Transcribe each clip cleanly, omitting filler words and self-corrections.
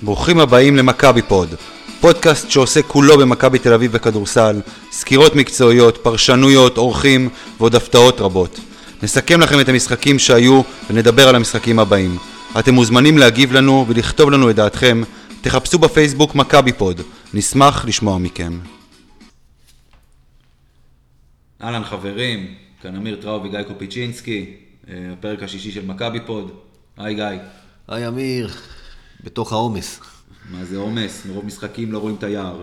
ברוכים הבאים למכבי פוד, פודקאסט שעושה כולו במכבי תל אביב בכדורסל, סקירות מקצועיות, פרשנויות, אורחים ועוד הפתעות רבות. נסכם לכם את המשחקים שהיו ונדבר על המשחקים הבאים. אתם מוזמנים להגיב לנו ולכתוב לנו את דעתכם. תחפשו בפייסבוק מכבי פוד, נשמח לשמוע מכם. אהלן חברים, כאן אמיר טראו וגיא קופיצ'ינסקי, הפרק השישי של מכבי פוד. היי גיא. היי אמיר, בתוך העומס. מה זה עומס? מרוב משחקים לא רואים את היער.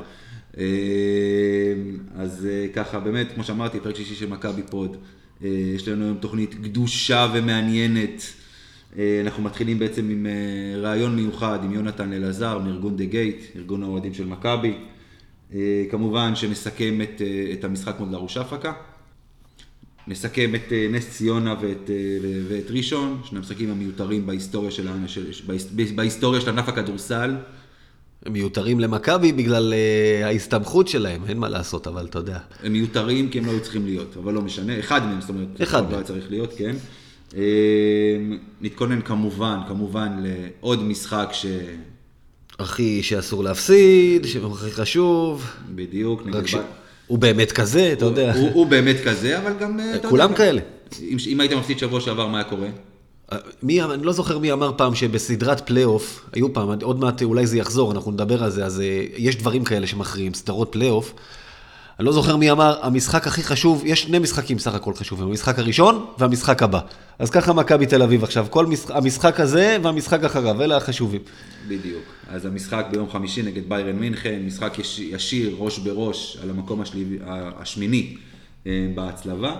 אז ככה, באמת, כמו שאמרתי, פרק שישי של מכבי פוד. יש לנו היום תוכנית קדושה ומעניינת. אנחנו מתחילים בעצם עם רעיון מיוחד עם יונתן אלעזר מארגון דה גייט, ארגון האוהדים של מכבי. כמובן שנסכם את המשחק מול דרושפקה. נסכם את נס ציונה ואת ראשון, שני המשחקים המיותרים בהיסטוריה של ענף הכדורסל. הם מיותרים למכבי בגלל ההסתמכות שלהם, אין מה לעשות, אבל אתה יודע. הם מיותרים כי הם לא היו צריכים להיות, אבל לא משנה. אחד מהם, זאת אומרת, אחד לא היה צריך להיות, כן. נתכונן כמובן לעוד משחק הכי שאסור להפסיד, שהכי חשוב. בדיוק. הוא באמת כזה, אתה יודע. הוא באמת כזה, אבל גם... כולם כאלה. אם היית מפסיד שבוע שעבר, מה היה קורה? אני לא זוכר מי אמר פעם שבסדרת פלייאוף, היו פעם, עוד מעט אולי זה יחזור, אנחנו נדבר על זה, אז יש דברים כאלה שמכריעים, סדרות פלייאוף. אני לא זוכר מי אמר, המשחק הכי חשוב, יש שני משחקים סך הכל חשובים, המשחק הראשון והמשחק הבא. אז ככה מכבי תל אביב עכשיו, המשחק הזה והמשחק אחריו, אלה החשובים. בדיוק. אז המשחק ביום חמישי נגד ביירן מינכן, משחק ישיר, ראש בראש, על המקום השמיני בהצלבה.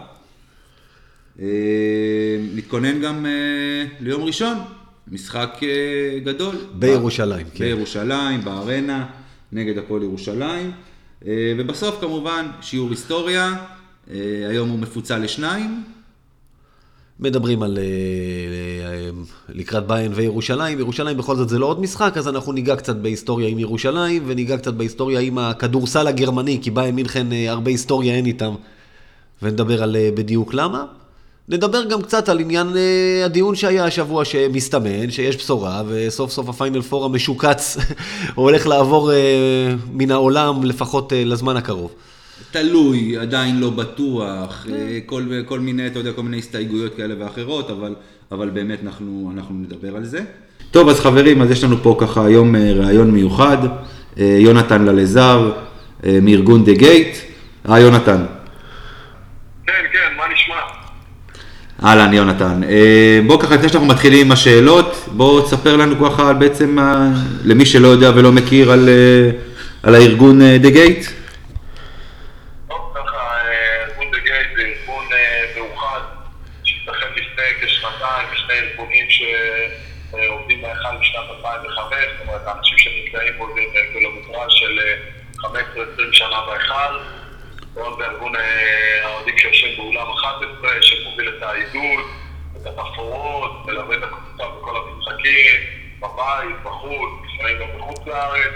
נתכונן גם ליום ראשון, משחק גדול. בירושלים, כן. בירושלים, בארנה, נגד הפועל ירושלים. ובסוף כמובן שיעור היסטוריה, היום הוא מפוצל לשניים. מדברים על לקראת ביירן וירושלים. ירושלים בכל זאת זה לא עוד משחק, אז אנחנו ניגע קצת בהיסטוריה עם ירושלים, וניגע קצת בהיסטוריה עם הכדורסל הגרמני, כי ביירן מינכן הרבה היסטוריה אין איתם, ונדבר על בדיוק למה. נדבר גם קצת על עניין הדיון שהיה השבוע שמסתמן, שיש בשורה, וסוף סוף הפיינל פור המשוקץ הולך לעבור מן העולם לפחות לזמן הקרוב. תלוי, עדיין לא בטוח, כל מיני, אתה יודע, כל מיני הסתייגויות כאלה ואחרות, אבל באמת אנחנו נדבר על זה. טוב, אז חברים, אז יש לנו פה ככה היום רעיון מיוחד, יונתן אלעזר מארגון דה גייט. יונתן. כן, מה נשמע? אהלן יונתן, בוא ככה לפני שאנחנו מתחילים עם השאלות, בוא תספר לנו ככה בעצם למי שלא יודע ולא מכיר על הארגון דה גייט. טוב, ככה ארגון דה גייט זה ארגון מאוחד שהתאחד לפני כשנתיים בשני ארגונים שעובדים מהחל משנת 2005, זאת אומרת האנשים שנקראים בו זה קילומטרז' של 15-20 שנה בהיכל. ועוד בארגון האוהדים שיושב באולם 11 שמוביל את העידוד, את התפאורות, מלווה את הקבוצה בכל המשחקים, בבית, בחוץ, לפעמים גם בחוץ לארץ.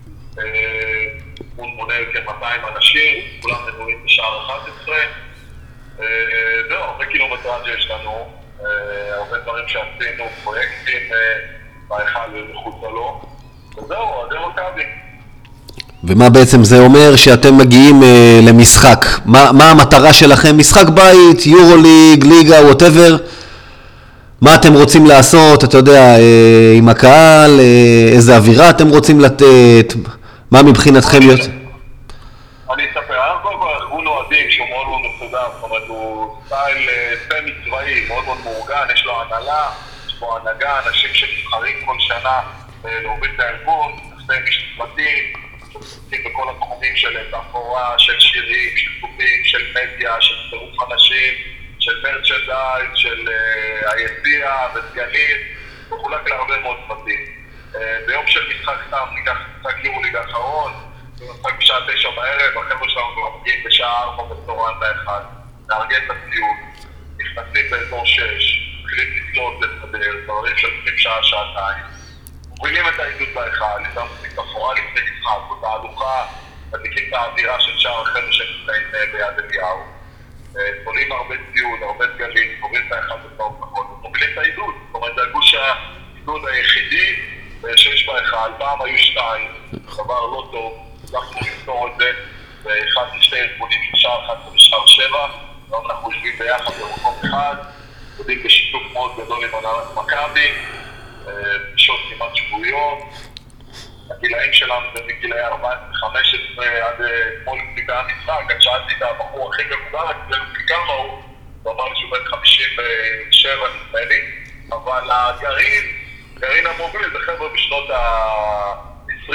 ארגון מונה כ-200 אנשים, כולם מנויים בשער 11. זהו, הרבה קילומטראז' יש לנו, הרבה דברים שעשינו, פרויקטים בהיכל ובחוצה לו. וזהו, עדי מכבי. ומה בעצם זה אומר שאתם מגיעים למשחק? מה המטרה שלכם? משחק בית, יורוליג, ליגה, whatever? מה אתם רוצים לעשות? אתה יודע, עם הקהל, איזה אווירה אתם רוצים לתת? מה מבחינתכם להיות? אני אספר, קודם כל ארגון אוהדים שהוא מאוד מאוד מסודר, זאת אומרת הוא סטייל סמי צבאי, מאוד מאוד מאורגן, יש לו הנהלה, יש בו הנהגה, אנשים שנבחרים כל שנה להוביל את הארגון, עושים משפטים, בכל התחומים של תפאורה, של שירים, של תופים, של מדיה, של צירוף אנשים, של מרצ'נדייז, של היציע וסגנית, מחולק להרבה מאוד צוותים. ביום של משחק סתם, ניקח משחק יורוליג האחרון, משחק בשעה 9 בערב, החבר'ה שלנו כבר מגיעים בשעה 4 בצהריים באחד, נארגן את הציוד, נכנסים באזור 6, מתחילים לסלוט, לסדר, דברים שלוקחים שעה, שעתיים. מובילים את העידוד בהיכל, איתם תפאורה לפני משחק, בתהלוכה, מדליקים את האווירה של שער החבר'ה שנמצאים ביד אליהו. תולים הרבה ציוד, הרבה דגלים, קוראים את האחד בצהוב נכון, ומובילים את העידוד. זאת אומרת, זה הגוש העידוד היחידי שיש בה אחד, פעם היו שתיים, דבר לא טוב, אנחנו לפתור את זה, ואחד לשתי ארגונים של שער 11 ושער 7, היום אנחנו יושבים ביחד במקום אחד, עובדים בשיתוף מאוד גדול עם הנהלת מכבי, פגישות כמעט שבועיות, הגילאים שלנו זה מגילאי 14-15 עד אתמול בגלל המשחק, עד שאלתי את הבחור הכי מבוגר, כמה הוא אמר לי שהוא בן 57 נדמה לי, אבל הגרעין המוביל זה חבר'ה בשנות ה-20,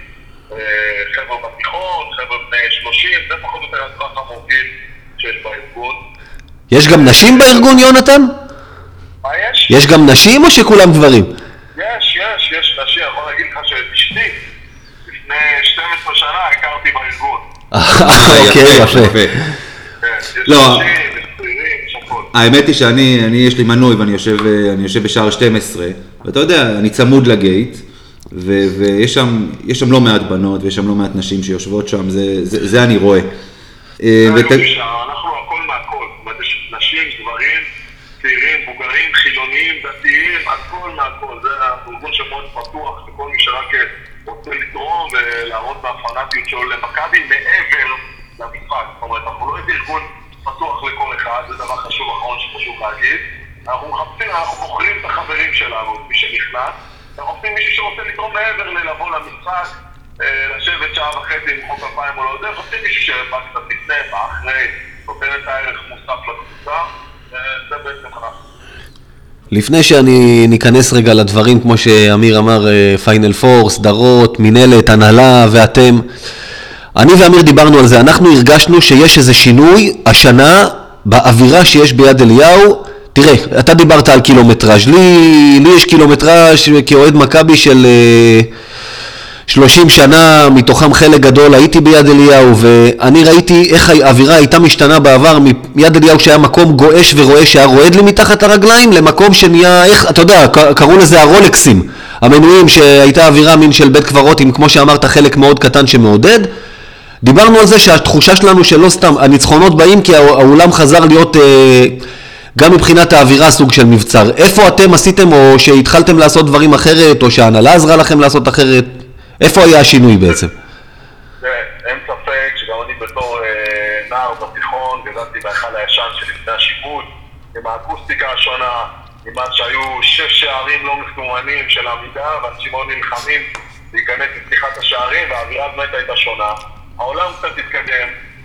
חבר'ה בתיכון, חבר'ה בני 30, זה פחות או יותר הטווח המוביל שיש בארגון. יש גם נשים בארגון, יונתן? מה יש? יש גם נשים או שכולם גברים? יש נשים, אני יכול להגיד לך שאשתי, לפני 12 שנה הכרתי בארגון. אוקיי, יפה. יש לא. נשים, יש צעירים, יש הכל. האמת היא שאני יש לי מנוי ואני יושב בשער 12, ואתה יודע, אני צמוד לגייט, ויש שם לא מעט בנות ויש שם לא מעט נשים שיושבות שם, זה אני רואה. אנחנו הכל מהכל, נשים, גברים, צעירים, בוגרים, חילוניים, דתיים, הכל מהכל, זה ארגון שמאוד פתוח לכל מי שרק רוצה לתרום ולהראות מהפנאטיות שלו למכבי מעבר למשחק. זאת אומרת, אנחנו לא איזה ארגון פתוח לכל אחד, זה דבר חשוב אחרון שחשוב להגיד. אנחנו בוחרים את החברים שלנו, את מי שנכנס, אנחנו עושים מישהו שרוצה לתרום מעבר ללבוא למשחק, לשבת שעה וחצי עם חוק 2000 או לא יודע, עושים מישהו שבא קצת לפני, בא אחרי, נותן את הערך מוסף לקבוצה, זה בעצם אנחנו. לפני שאני ניכנס רגע לדברים, כמו שאמיר אמר, פיינל פור, סדרות, מנהלת, הנהלה ואתם, אני ואמיר דיברנו על זה, אנחנו הרגשנו שיש איזה שינוי השנה באווירה שיש ביד אליהו. תראה, אתה דיברת על קילומטראז', לי יש קילומטראז' כאוהד מכבי של 30 שנה, מתוכם חלק גדול הייתי ביד אליהו, ואני ראיתי איך האווירה הייתה משתנה בעבר מיד אליהו שהיה מקום גואש ורועש, שהיה רועד לי מתחת הרגליים, למקום שנהיה, איך, אתה יודע, קראו לזה הרולקסים, המנויים שהייתה אווירה מין של בית קברות, עם כמו שאמרת חלק מאוד קטן שמעודד. דיברנו על זה שהתחושה שלנו שלא סתם, הניצחונות באים כי האולם חזר להיות גם מבחינת האווירה סוג של מבצר. איפה אתם עשיתם או שהתחלתם לעשות דברים אחרת או שההנהלה עזרה לכם לעשות אחרת? איפה היה השינוי בעצם? אין ספק שגם אני בתור נער בתיכון גדלתי בהיכל הישן של לפני השיפוט, עם האקוסטיקה השונה, עם מה שהיו 6 שערים לא מסומנים של עמידה ואנשים מאוד נלחמים להיכנס לפתיחת השערים והאווירה באמת הייתה שונה. העולם קצת התקדם,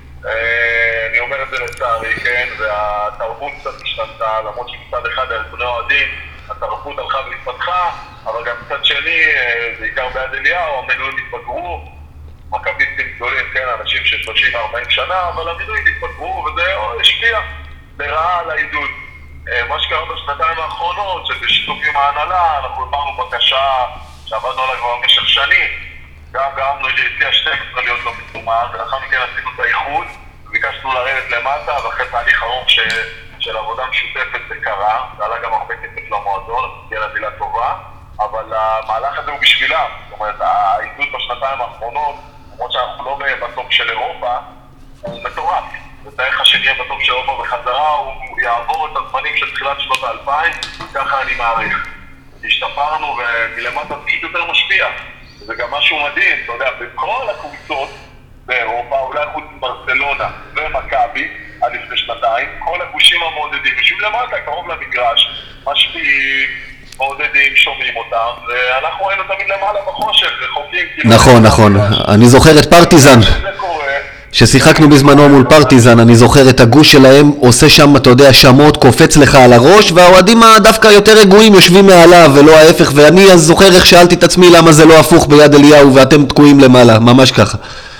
אני אומר את זה לצערי, כן, והתרבות קצת השתנתה, למרות שמצד אחד הארגוני אוהדים, התרבות הלכה והתפתחה, אבל גם מצד שני, בעיקר ביד אליהו, המנויים התפגרו, מכביסטים גדולים, כן, אנשים של 30-40 שנה, אבל המנויים התפגרו וזה השפיע לרעה על העידוד. מה שקרה בשנתיים האחרונות, שבשיתוף עם ההנהלה, אנחנו אמרנו בקשה שעבדנו עליו כבר במשך שנים, גם גרמנו ליציאה 12 להיות לא מסומן, ולאחר מכן עשינו את האיחוד, וביקשנו לרדת למטה, ואחרי תהליך ארוך של עבודה משותפת זה קרה, זה עלה גם הרבה כסף למועדון, אז תהיה לה מילה טובה, אבל המהלך הזה הוא בשבילם, זאת אומרת, העידוד בשנתיים האחרונות, למרות שאנחנו לא בטופ של אירופה, הוא מטורף, ותארך שנהיה בטופ של אירופה בחזרה, הוא יעבור את הזמנים של תחילת שנות ה-2000, ככה אני מעריך. השתפרנו ומלמטה זה פשוט יותר משפיע. זה גם משהו מדהים, אתה יודע, בכל הקבוצות באירופה, אולי חוץ מברצלונה ומכבי, עד לפני שנתיים, כל הגושים המעודדים, יושבים למטה, קרוב למגרש, משפיעים, מעודדים, שומעים אותם, ואנחנו היינו תמיד למעלה בחושך, רחוקים. נכון, אני זוכר את פרטיזן. ששיחקנו בזמנו מול פרטיזן, אני זוכר את הגוש שלהם, עושה שם, אתה יודע, שמות, קופץ לך על הראש, והאוהדים דווקא יותר רגועים יושבים מעליו, ולא ההפך, ואני אז זוכר איך שאלתי את עצמי למה זה לא הפוך ביד אליהו, ואתם תקועים למעלה, ממש ככה.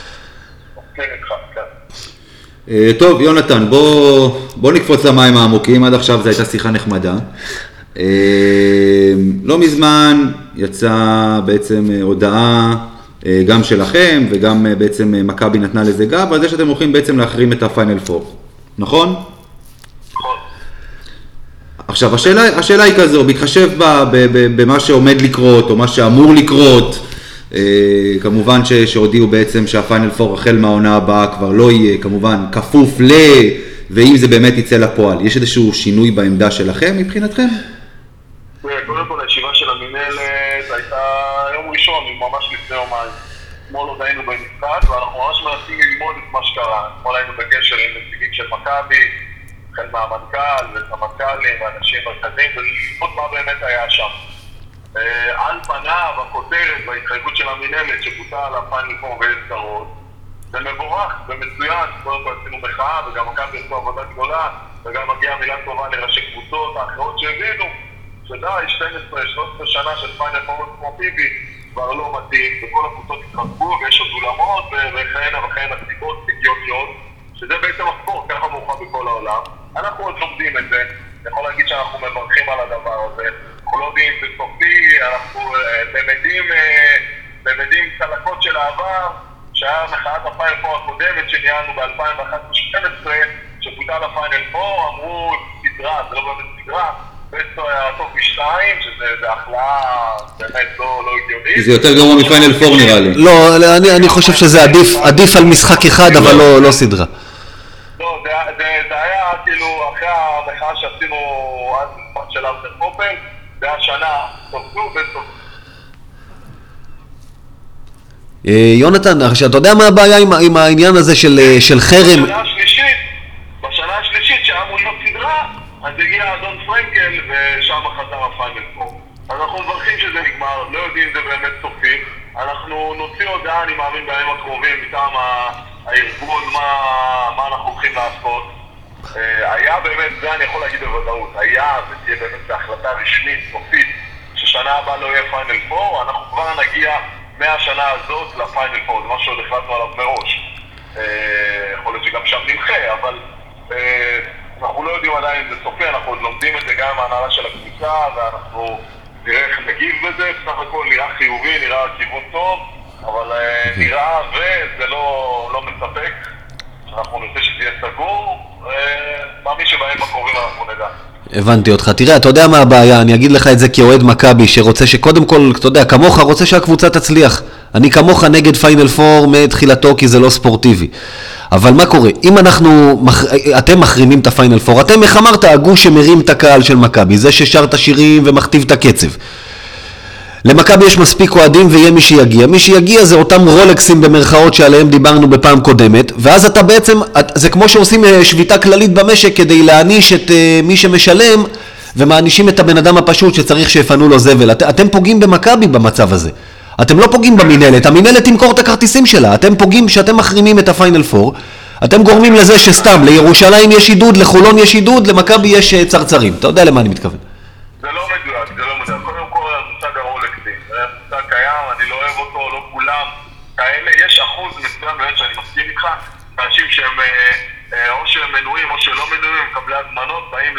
טוב, יונתן, בוא נקפוץ למים העמוקים, עד עכשיו זו הייתה שיחה נחמדה. לא מזמן יצאה בעצם הודעה, גם שלכם וגם בעצם מכבי נתנה לזה גב, על זה שאתם הולכים בעצם להחרים את הפיינל פור, נכון? נכון. עכשיו, השאלה היא כזו, בהתחשב במה שעומד לקרות או מה שאמור לקרות, כמובן שהודיעו בעצם שהפיינל פור החל מהעונה הבאה כבר לא יהיה, כמובן, כפוף ואם זה באמת יצא לפועל, יש איזשהו שינוי בעמדה שלכם מבחינתכם? קודם כל, הישיבה של המנהלת הייתה ראשון, ממש לפני יומיים. אתמול עוד היינו במשחק, ואנחנו ממש מנסים ללמוד את מה שקרה. אתמול היינו בקשר עם נציגים של מכבי, החל מהמנכ"ל וסמנכ"לים ואנשים מרכזיים, וללמוד מה באמת היה שם. על פניו, הכותרת וההתחייבות של המנהלת שבוטה על הפיינל פור והזכרות, זה מבורך ומצוין, קודם כל עשינו מחאה וגם מכבי עשו עבודה גדולה, וגם מגיעה מילה טובה לראשי קבוצות האחרות שהבינו, שדי, 12-13 שנה של פיינל פור ספורטיבי כבר לא מתאים, וכל הקבוצות התחזקו ויש עוד אולמות וכהנה סיבות הגיוניות, שזה בעצם הספורט, ככה מורחב בכל העולם. אנחנו עוד לומדים את זה, אני יכול להגיד שאנחנו מברכים על הדבר הזה, אנחנו לא יודעים אם זה סופי, אנחנו למדים צלקות של העבר, שהיה מחאת הפיינל פור הקודמת שניהלנו ב-2011-2012, שבוטל הפיינל פור, אמרו סדרה, זה לא באמת סדרה, בסטו היה טוב משתיים, שזה החלאה באמת לא הגיונית. זה יותר גרוע מפיינל פור נראה לי. לא, אני חושב שזה עדיף על משחק אחד, אבל לא סדרה. לא, זה היה כאילו אחרי המחאה שעשינו אז משפט של ארתר פופל, זה היה שנה, סופגו וסופגו. יונתן, אתה יודע מה הבעיה עם העניין הזה של חרם? בשנה השלישית שהיה מול סדרה, אז הגיע אדון פרנקל ושם חזר הפיינל פור. אז אנחנו מברכים שזה נגמר, לא יודעים אם זה באמת סופי. אנחנו נוציא הודעה, אני מאמין בימים הקרובים, מטעם הארגון, מה אנחנו הולכים לעשות. היה באמת, זה אני יכול להגיד בוודאות, היה, זה תהיה באמת בהחלטה רשמית, סופית, ששנה הבאה לא יהיה פיינל פור, אנחנו כבר נגיע מהשנה הזאת לפיינל פור, זה משהו שעוד החלטנו עליו מראש. יכול להיות שגם שם נמחה, אבל אנחנו לא יודעים עדיין אם זה סופי, אנחנו עוד לומדים את זה גם מהנהלה של הקבוצה, ואנחנו נראה איך נגיב בזה, בסך הכל נראה חיובי, נראה כיוון טוב, אבל נראה וזה לא מספק, אנחנו נרצה שזה יהיה סגור, מאמין שבהם הקרובים אנחנו נדע. הבנתי אותך. תראה, אתה יודע מה הבעיה, אני אגיד לך את זה כאוהד מכבי, שרוצה שקודם כל, אתה יודע, כמוך רוצה שהקבוצה תצליח. אני כמוך נגד פיינל פור מתחילתו, כי זה לא ספורטיבי. אבל מה קורה? אם אתם מחרימים את הפיינל פור, אתם, איך אמרת, הגוש שמרים את הקהל של מכבי, זה ששר את השירים ומכתיב את הקצב. למכבי יש מספיק אוהדים ויהיה מי שיגיע. מי שיגיע זה אותם רולקסים במרכאות שעליהם דיברנו בפעם קודמת, ואז אתה בעצם, זה כמו שעושים שביתה כללית במשק כדי להעניש את מי שמשלם, ומענישים את הבן אדם הפשוט שצריך שיפנו לו זבל. אתם פוגעים במכבי במצב הזה. אתם לא פוגעים במנהלת, המנהלת תמכור את הכרטיסים שלה. אתם פוגעים שאתם מחרימים את הפיינל פור, אתם גורמים לזה שסתם, לירושלים יש עידוד, לחולון יש עידוד, למכבי יש צרצרים. אתה יודע למה אני מתכוון. זה לא מדויק, זה לא מדויק. קודם כל, המושג הרולקסים, זה מושג קיים, אני לא אוהב אותו, לא כולם כאלה. יש אחוז מסוים באמת שאני מסכים איתך, אנשים שהם או שהם מנויים או שלא מנויים, מקבלי הזמנות, באים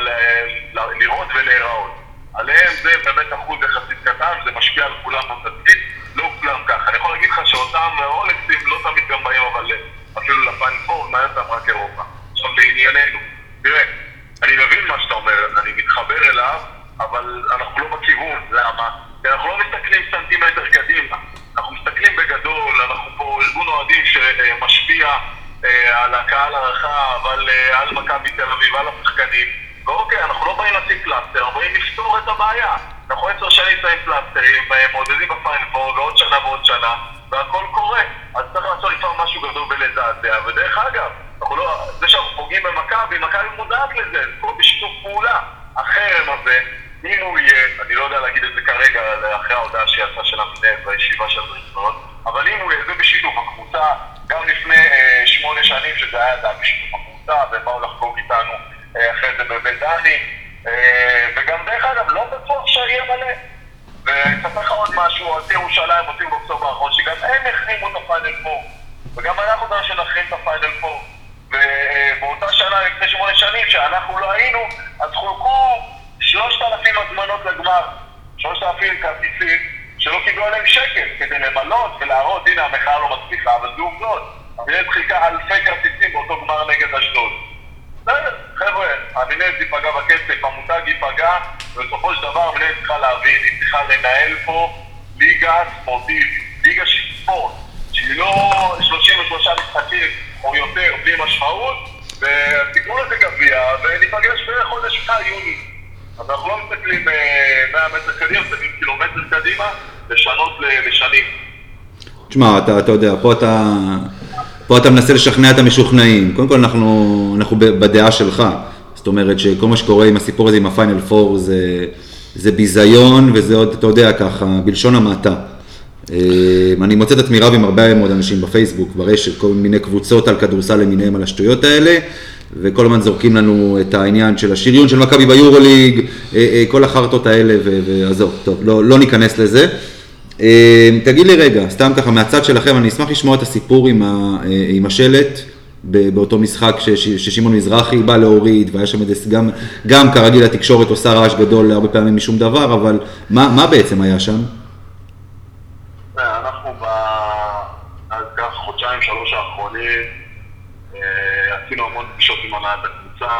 לראות ולהיראות. עליהם זה באמת אחוז יחסית קטן, זה משפיע על כולם בתצית, לא כולם ככה. אני יכול להגיד לך שאותם רולקסים לא תמיד גם באים, אבל אפילו לפיינל פור, מעניין אותם רק אירופה. עכשיו לענייננו, תראה, אני מבין מה שאתה אומר, אני מתחבר אליו, אבל אנחנו לא בכיוון. למה? כי אנחנו לא מסתכלים סנטימטר קדימה, אנחנו מסתכלים בגדול, אנחנו פה ארגון אוהדים שמשפיע על הקהל הרחב, על מכבי תל אביב, על השחקנים, ואוקיי, אנחנו לא באים לשים פלסטר, אנחנו באים לפתור את הבעיה. אנחנו 10 שנים שמים פלסטרים, מעודדים בפיינל פור, ועוד שנה ועוד שנה, והכל קורה. אז צריך לעשות לפעמים משהו גדול ולזעזע, ודרך אגב, זה שאנחנו פוגעים במכבי, מכבי מודעת לזה, זה קורה בשיתוף פעולה. החרם הזה, אם הוא יהיה, אני לא יודע להגיד את זה כרגע, אחרי ההודעה שיצאה של המנהל בישיבה של הדריסות, אבל אם הוא יהיה, זה בשיתוף הקבוצה, גם לפני 8 שנים שזה היה בשיתוף הקבוצה, והם באו לחגוג איתנו אחרי זה בבית דני, וגם דרך אגב, לא בטוח שיהיה מלא. ואספר לך עוד משהו, על ירושלים עושים באוקטובר האחרון, שגם הם החרימו את הפיינל פור, וגם אנחנו יודעים שנחרים את הפיינל פור. ובאותה שנה, לפני 8 שנים, שאנחנו לא היינו, אז חולקו 3,000 הזמנות לגמר, 3,000 כרטיסים, שלא קיבלו עליהם שקל, כדי למלות ולהראות, הנה המחאה לא מצליחה, אבל זה עובדות. המנהלת חילקה אלפי כרטיסים באותו גמר נגד אשדוד. חבר'ה, המנהלת ייפגע בכסף, המותג ייפגע, ובסופו של דבר המנהלת צריכה להבין, היא צריכה לנהל פה ליגה ספורטיבית, ליגה של ספורט, שהיא לא 33 משחקים או יותר בלי משמעות, ותקראו לזה גביע, וניפגש בחודש יוני. אז אנחנו לא מסתכלים 100 מטר קדימה, מסתכלים קילומטר קדימה, לשנות לשנים. תשמע, אתה יודע, פה אתה מנסה לשכנע את המשוכנעים. קודם כל אנחנו בדעה שלך. זאת אומרת שכל מה שקורה עם הסיפור הזה, עם הפיינל פור, זה ביזיון, וזה עוד, אתה יודע, ככה, בלשון המעטה. אני מוצא את עצמי רב עם הרבה מאוד אנשים בפייסבוק, ברשת, כל מיני קבוצות על כדורסל למיניהם על השטויות האלה, וכל הזמן זורקים לנו את העניין של השריון של מכבי ביורוליג, כל החרטות האלה, ועזוב, טוב, לא ניכנס לזה. תגיד לי רגע, סתם ככה מהצד שלכם, אני אשמח לשמוע את הסיפור עם השלט, באותו משחק ששימון מזרחי בא להוריד, והיה שם גם כרגיל התקשורת עושה רעש גדול הרבה פעמים משום דבר, אבל מה בעצם היה שם? אנחנו כך חודשיים, 3 האחרונים, עשינו המון פגישות עם הנהלת הקבוצה,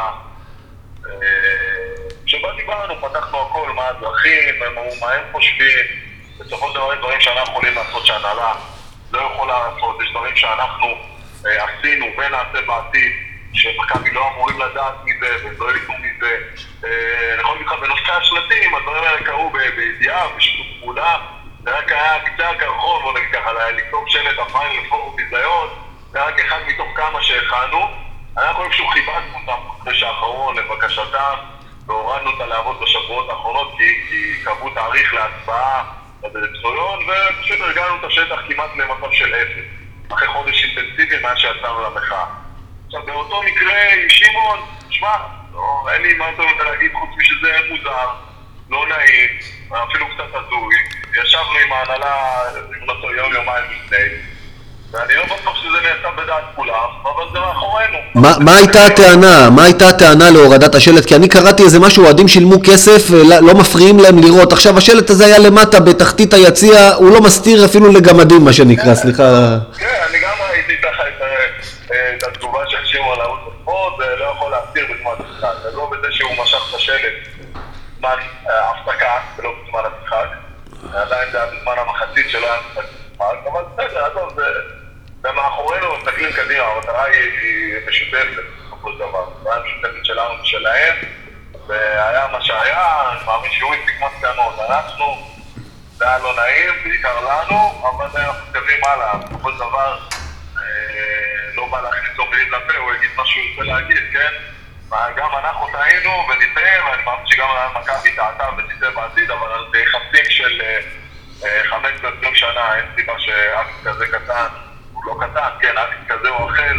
שבה דיברנו, פתחנו הכל, מה הדרכים, מה הם חושבים, בסופו של דבר דברים שאנחנו יכולים לעשות שהנהלה לא יכולה לעשות, יש דברים שאנחנו עשינו ונעשה בעתיד, שמכבי לא אמורים לדעת מזה ולא ילכו מזה. אני יכול להגיד לך, בנושא השלטים, הדברים האלה קרו בידיעה, בשיתוף פעולה, זה רק היה קצה הקרחון, בוא נגיד ככה, לכתוב שלט הפיינל פור ביזיון, זה רק אחד מתוך כמה שהכנו. אנחנו איפשהו חיבקנו אותם בחודש האחרון לבקשתם, והורדנו את הלהבות בשבועות האחרונות, כי קבעו תאריך להצבעה בדירקטוריון, ופשוט הרגענו את השטח כמעט למצב של 0. אחרי חודש אינטנסיבי מה שיצאנו למחאה. עכשיו, באותו מקרה עם שימון, שמע, אין לי מה יותר להגיד חוץ משזה מוזר, לא נעים, אפילו קצת הזוי. ישבנו עם ההנהלה, עם אותו יומיים לפני, ואני לא בטוח שזה נעשה בדעת כולם, אבל זה מאחורינו. מה הייתה הטענה להורדת השלט? כי אני קראתי איזה משהו, אוהדים שילמו כסף, לא מפריעים להם לראות. עכשיו, השלט הזה היה למטה, בתחתית היציע, הוא לא מסתיר אפילו לגמדים, מה שנקרא, סליחה. כן, אני גם ראיתי ככה את התגובה של שימון על ערוץ הספורט, זה לא יכול להסתיר בזמן המשחק. זה לא בזה שהוא משך את השלט בזמן ההפסקה, ולא בזמן המשחק. עדיין זה היה בזמן המחצית שלא היה משחק, אבל בסדר, זה מאחורינו, מסתכלים קדימה, המטרה היא משותפת בכל דבר. זה היה משותפת שלנו ושלהם, והיה מה שהיה, אני מאמין שהוא הסיק מסקנות. אנחנו, זה היה לא נעים, בעיקר לנו, אבל אנחנו מתקדמים הלאה. בכל דבר לא בא להכניס לו מילים לפה, הוא יגיד מה שהוא רוצה להגיד, כן? גם אנחנו טעינו ונטעה, ואני מאמין שגם מכבי טעתה ותטעה בעתיד, אבל זה יחסים של 15-20 שנה, אין סיבה שאקט כזה קטן, הוא לא קטן, כן, אקט כזה או אחר,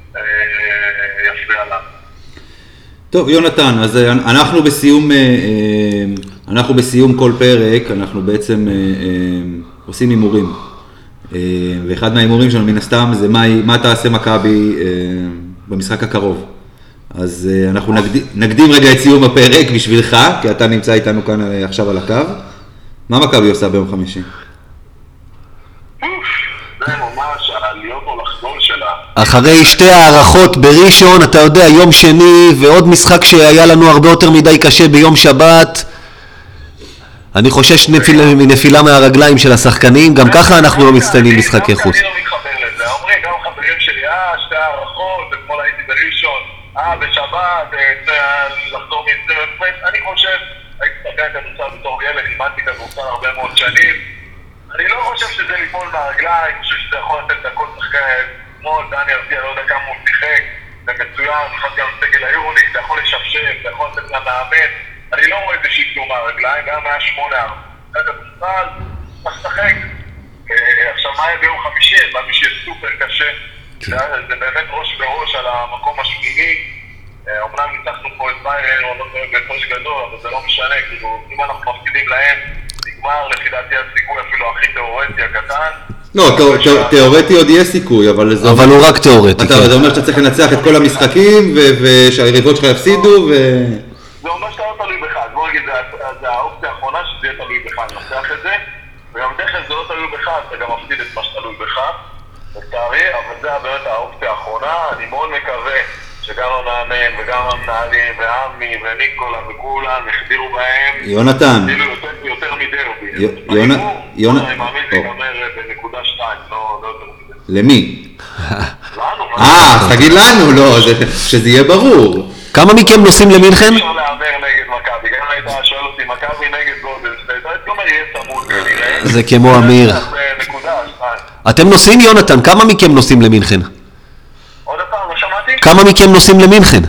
יפריע לנו. טוב, יונתן, אז אנחנו בסיום כל פרק, אנחנו בעצם עושים הימורים. ואחד מההימורים שלנו מן הסתם זה מה תעשה מכבי במשחק הקרוב. אז אנחנו נקדים רגע את סיום הפרק בשבילך, כי אתה נמצא איתנו כאן עכשיו על הקו. מה מכבי עושה ביום חמישי? זה ממש העליות או לחזור שלה. אחרי 2 הערכות בראשון, אתה יודע, יום שני, ועוד משחק שהיה לנו הרבה יותר מדי קשה ביום שבת. אני חושש מנפילה מהרגליים של השחקנים, גם ככה אנחנו לא מצטיינים משחקי חוץ. אני לא מתחבר לזה, אומרים גם חברים שלי, 2 הערכות, אתמול הייתי בראשון, בשבת, לחזור מ-20 אני חושב, הייתי שחקן כדורסל בתור ילד, לימדתי כדורסל הרבה מאוד שנים, אני לא חושב שזה ליפול מהרגליים, אני חושב שזה יכול לתת לכל שחקן, כמו דני ארציה, לא יודע כמה הוא שיחק, זה מצוין, נכנס גם סגל היורוליג, זה יכול לשפשף, זה יכול לתת למאמן, אני לא רואה את זה שיפלו מהרגליים, גם היה 8 כדורסל, צריך לשחק. עכשיו מה היה ביום חמישי, מה מי שיהיה סופר קשה, זה באמת ראש בראש על המקום השמיני, אומנם ניצחנו פה את ביירן, או לא בפוש גדול, אבל זה לא משנה, כאילו, אם אנחנו מפסידים להם, נגמר לפי דעתי הסיכוי אפילו הכי תיאורטי הקטן. לא, תיאורטי עוד יהיה סיכוי, אבל זה... אבל הוא רק תיאורטי. אתה אומר שאתה צריך לנצח את כל המשחקים, ושהיריבות שלך יפסידו, זה אומר שאתה לא תלוי בך, אז בוא נגיד, זה האופציה האחרונה שזה יהיה תלוי בך, לנצח את זה, וגם דרך זה לא תלוי בך, אתה גם מפסיד את מה שתלוי בך, לצערי, אבל זה באמת האופציה האחרונה, אני מאוד מקווה שגם המאמן וגם המנהלים ועמי וניקולה וכולם החדירו בהם, יונתן, יותר מדרבי. יונתן, אני מאמין זה ייגמר בנקודה 2, לא יותר מזה. למי? לנו. תגיד לנו, לא, שזה יהיה ברור. כמה מכם נוסעים למינכן? אפשר להמר נגד מכבי, גם היית שואל אותי מכבי נגד גולדן סטייט, זאת אומרת, יהיה צמוד כנראה, זה כמו אמיר. נקודה, שתיים. אתם נוסעים, יונתן? כמה מכם נוסעים למינכן? עוד פעם, לא שמעתי? כמה מכם נוסעים למינכן?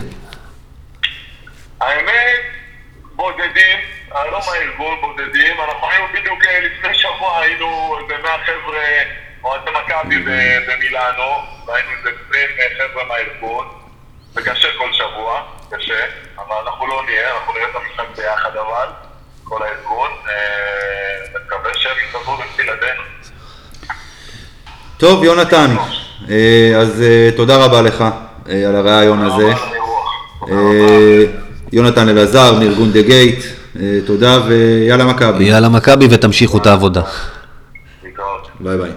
האמת, בודדים, לא מהארגון בודדים, אנחנו היינו בדיוק לפני שבוע, היינו איזה 100 חבר'ה אוהדי מכבי במילאנו, והיינו איזה 20 חבר'ה מהארגון, זה קשה כל שבוע, קשה, אבל אנחנו לא נהיה, אנחנו נראה את המשחק ביחד אבל, כל הארגון, מקווה שהם יסתדרו בצילדנו. טוב, יונתן, אז תודה רבה לך על הרעיון הזה. יונתן אלעזר מארגון דה גייט, תודה ויאללה מכבי. יאללה מכבי ותמשיכו את העבודה. ביי ביי.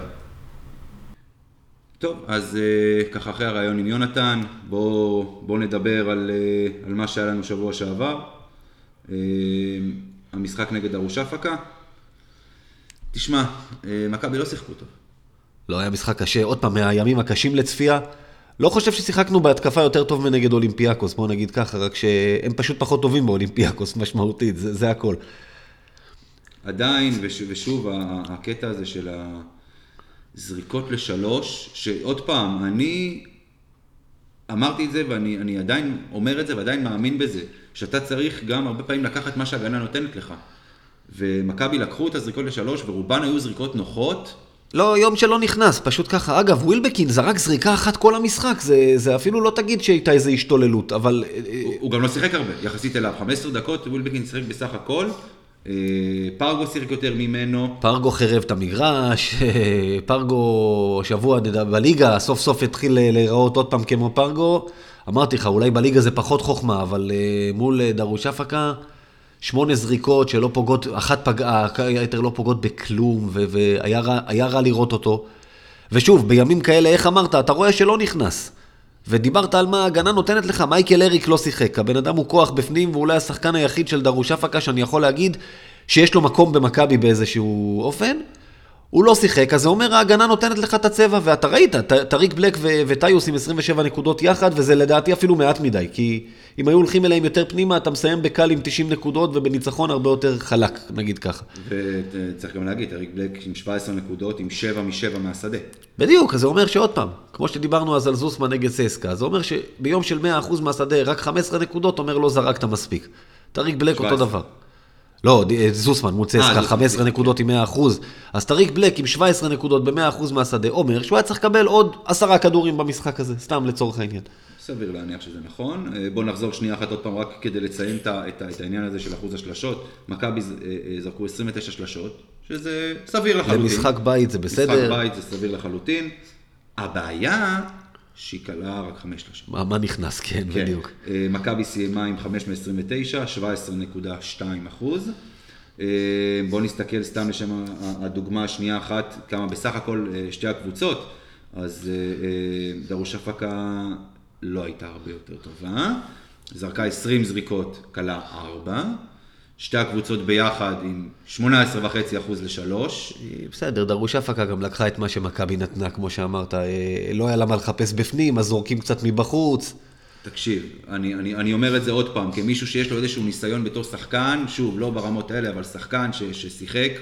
טוב, אז ככה אחרי הרעיון עם יונתן, בואו נדבר על מה שהיה לנו שבוע שעבר. המשחק נגד דרושפקה. תשמע, מכבי לא שיחקו טוב. לא היה משחק קשה, עוד פעם, מהימים הקשים לצפייה. לא חושב ששיחקנו בהתקפה יותר טוב מנגד אולימפיאקוס, בואו נגיד ככה, רק שהם פשוט פחות טובים באולימפיאקוס משמעותית, זה הכל. עדיין, ושוב, הקטע הזה של הזריקות לשלוש, שעוד פעם, אני אמרתי את זה ואני עדיין אומר את זה ועדיין מאמין בזה, שאתה צריך גם הרבה פעמים לקחת מה שההגנה נותנת לך. ומכבי לקחו את הזריקות לשלוש ורובן היו זריקות נוחות, לא, יום שלא נכנס, פשוט ככה. אגב, ווילבקין זרק זריקה אחת כל המשחק, זה אפילו לא תגיד שהייתה איזו השתוללות, אבל... הוא גם לא שיחק הרבה, יחסית אליו. 15 דקות, ווילבקין שיחק בסך הכל, פרגו שיחק יותר ממנו. פרגו חרב את המגרש, פרגו שבוע בליגה, סוף סוף התחיל להיראות עוד פעם כמו פרגו. אמרתי לך, אולי בליגה זה פחות חוכמה, אבל מול דרושפקה, 8 זריקות שלא פוגעות, אחת פגעה, היתר לא פוגעות בכלום, והיה רע לראות אותו. ושוב, בימים כאלה, איך אמרת, אתה רואה שלא נכנס. ודיברת על מה ההגנה נותנת לך, מייקל אריק לא שיחק. הבן אדם הוא כוח בפנים, ואולי השחקן היחיד של דרושפקה, שאני יכול להגיד שיש לו מקום במכבי באיזשהו אופן. הוא לא שיחק, אז זה אומר, ההגנה נותנת לך את הצבע, ואתה ראית, טריק בלק וטיוס עם 27 נקודות יחד, וזה לדעתי אפילו מעט מדי, כי אם היו הולכים אליהם יותר פנימה, אתה מסיים בקל עם 90 נקודות, ובניצחון הרבה יותר חלק, נגיד ככה. וצריך גם להגיד, טריק בלק עם 17 נקודות, עם 7 מ-7 מהשדה. בדיוק, אז זה אומר שעוד פעם, כמו שדיברנו אז על זוסמן נגד ססקה, זה אומר שביום של 100% מהשדה, רק 15 נקודות, אומר לא זרקת מספיק. טריק בלק 17. אותו דבר. לא, זוסמן מול ססקה, 15 נקודות עם 100%. אז טריק בלק עם 17 נקודות ב-100% מהשדה, אומר שהוא היה צריך לקבל עוד 10 כדורים במשחק הזה, סתם לצורך העניין. סביר להניח שזה נכון. בואו נחזור שנייה אחת עוד פעם, רק כדי לציין את העניין הזה של אחוז השלשות. מכבי זרקו 29 שלשות, שזה סביר לחלוטין. למשחק בית זה בסדר. משחק בית זה סביר לחלוטין. הבעיה שהיא קלה רק 5 שלשות. מה נכנס, כן, בדיוק. מכבי סיימה עם 5 מ-29, 17.2%. בואו נסתכל סתם לשם הדוגמה השנייה אחת, כמה בסך הכל שתי הקבוצות. אז דרושפקה לא הייתה הרבה יותר טובה. זרקה 20 זריקות, קלה 4. שתי הקבוצות ביחד עם 18.5% ל-3. בסדר, דרושפקה גם לקחה את מה שמכבי נתנה, כמו שאמרת. לא היה למה לחפש בפנים, אז זורקים קצת מבחוץ. תקשיב, אני אומר את זה עוד פעם, כמישהו שיש לו איזשהו ניסיון בתור שחקן, שוב, לא ברמות האלה, אבל שחקן ששיחק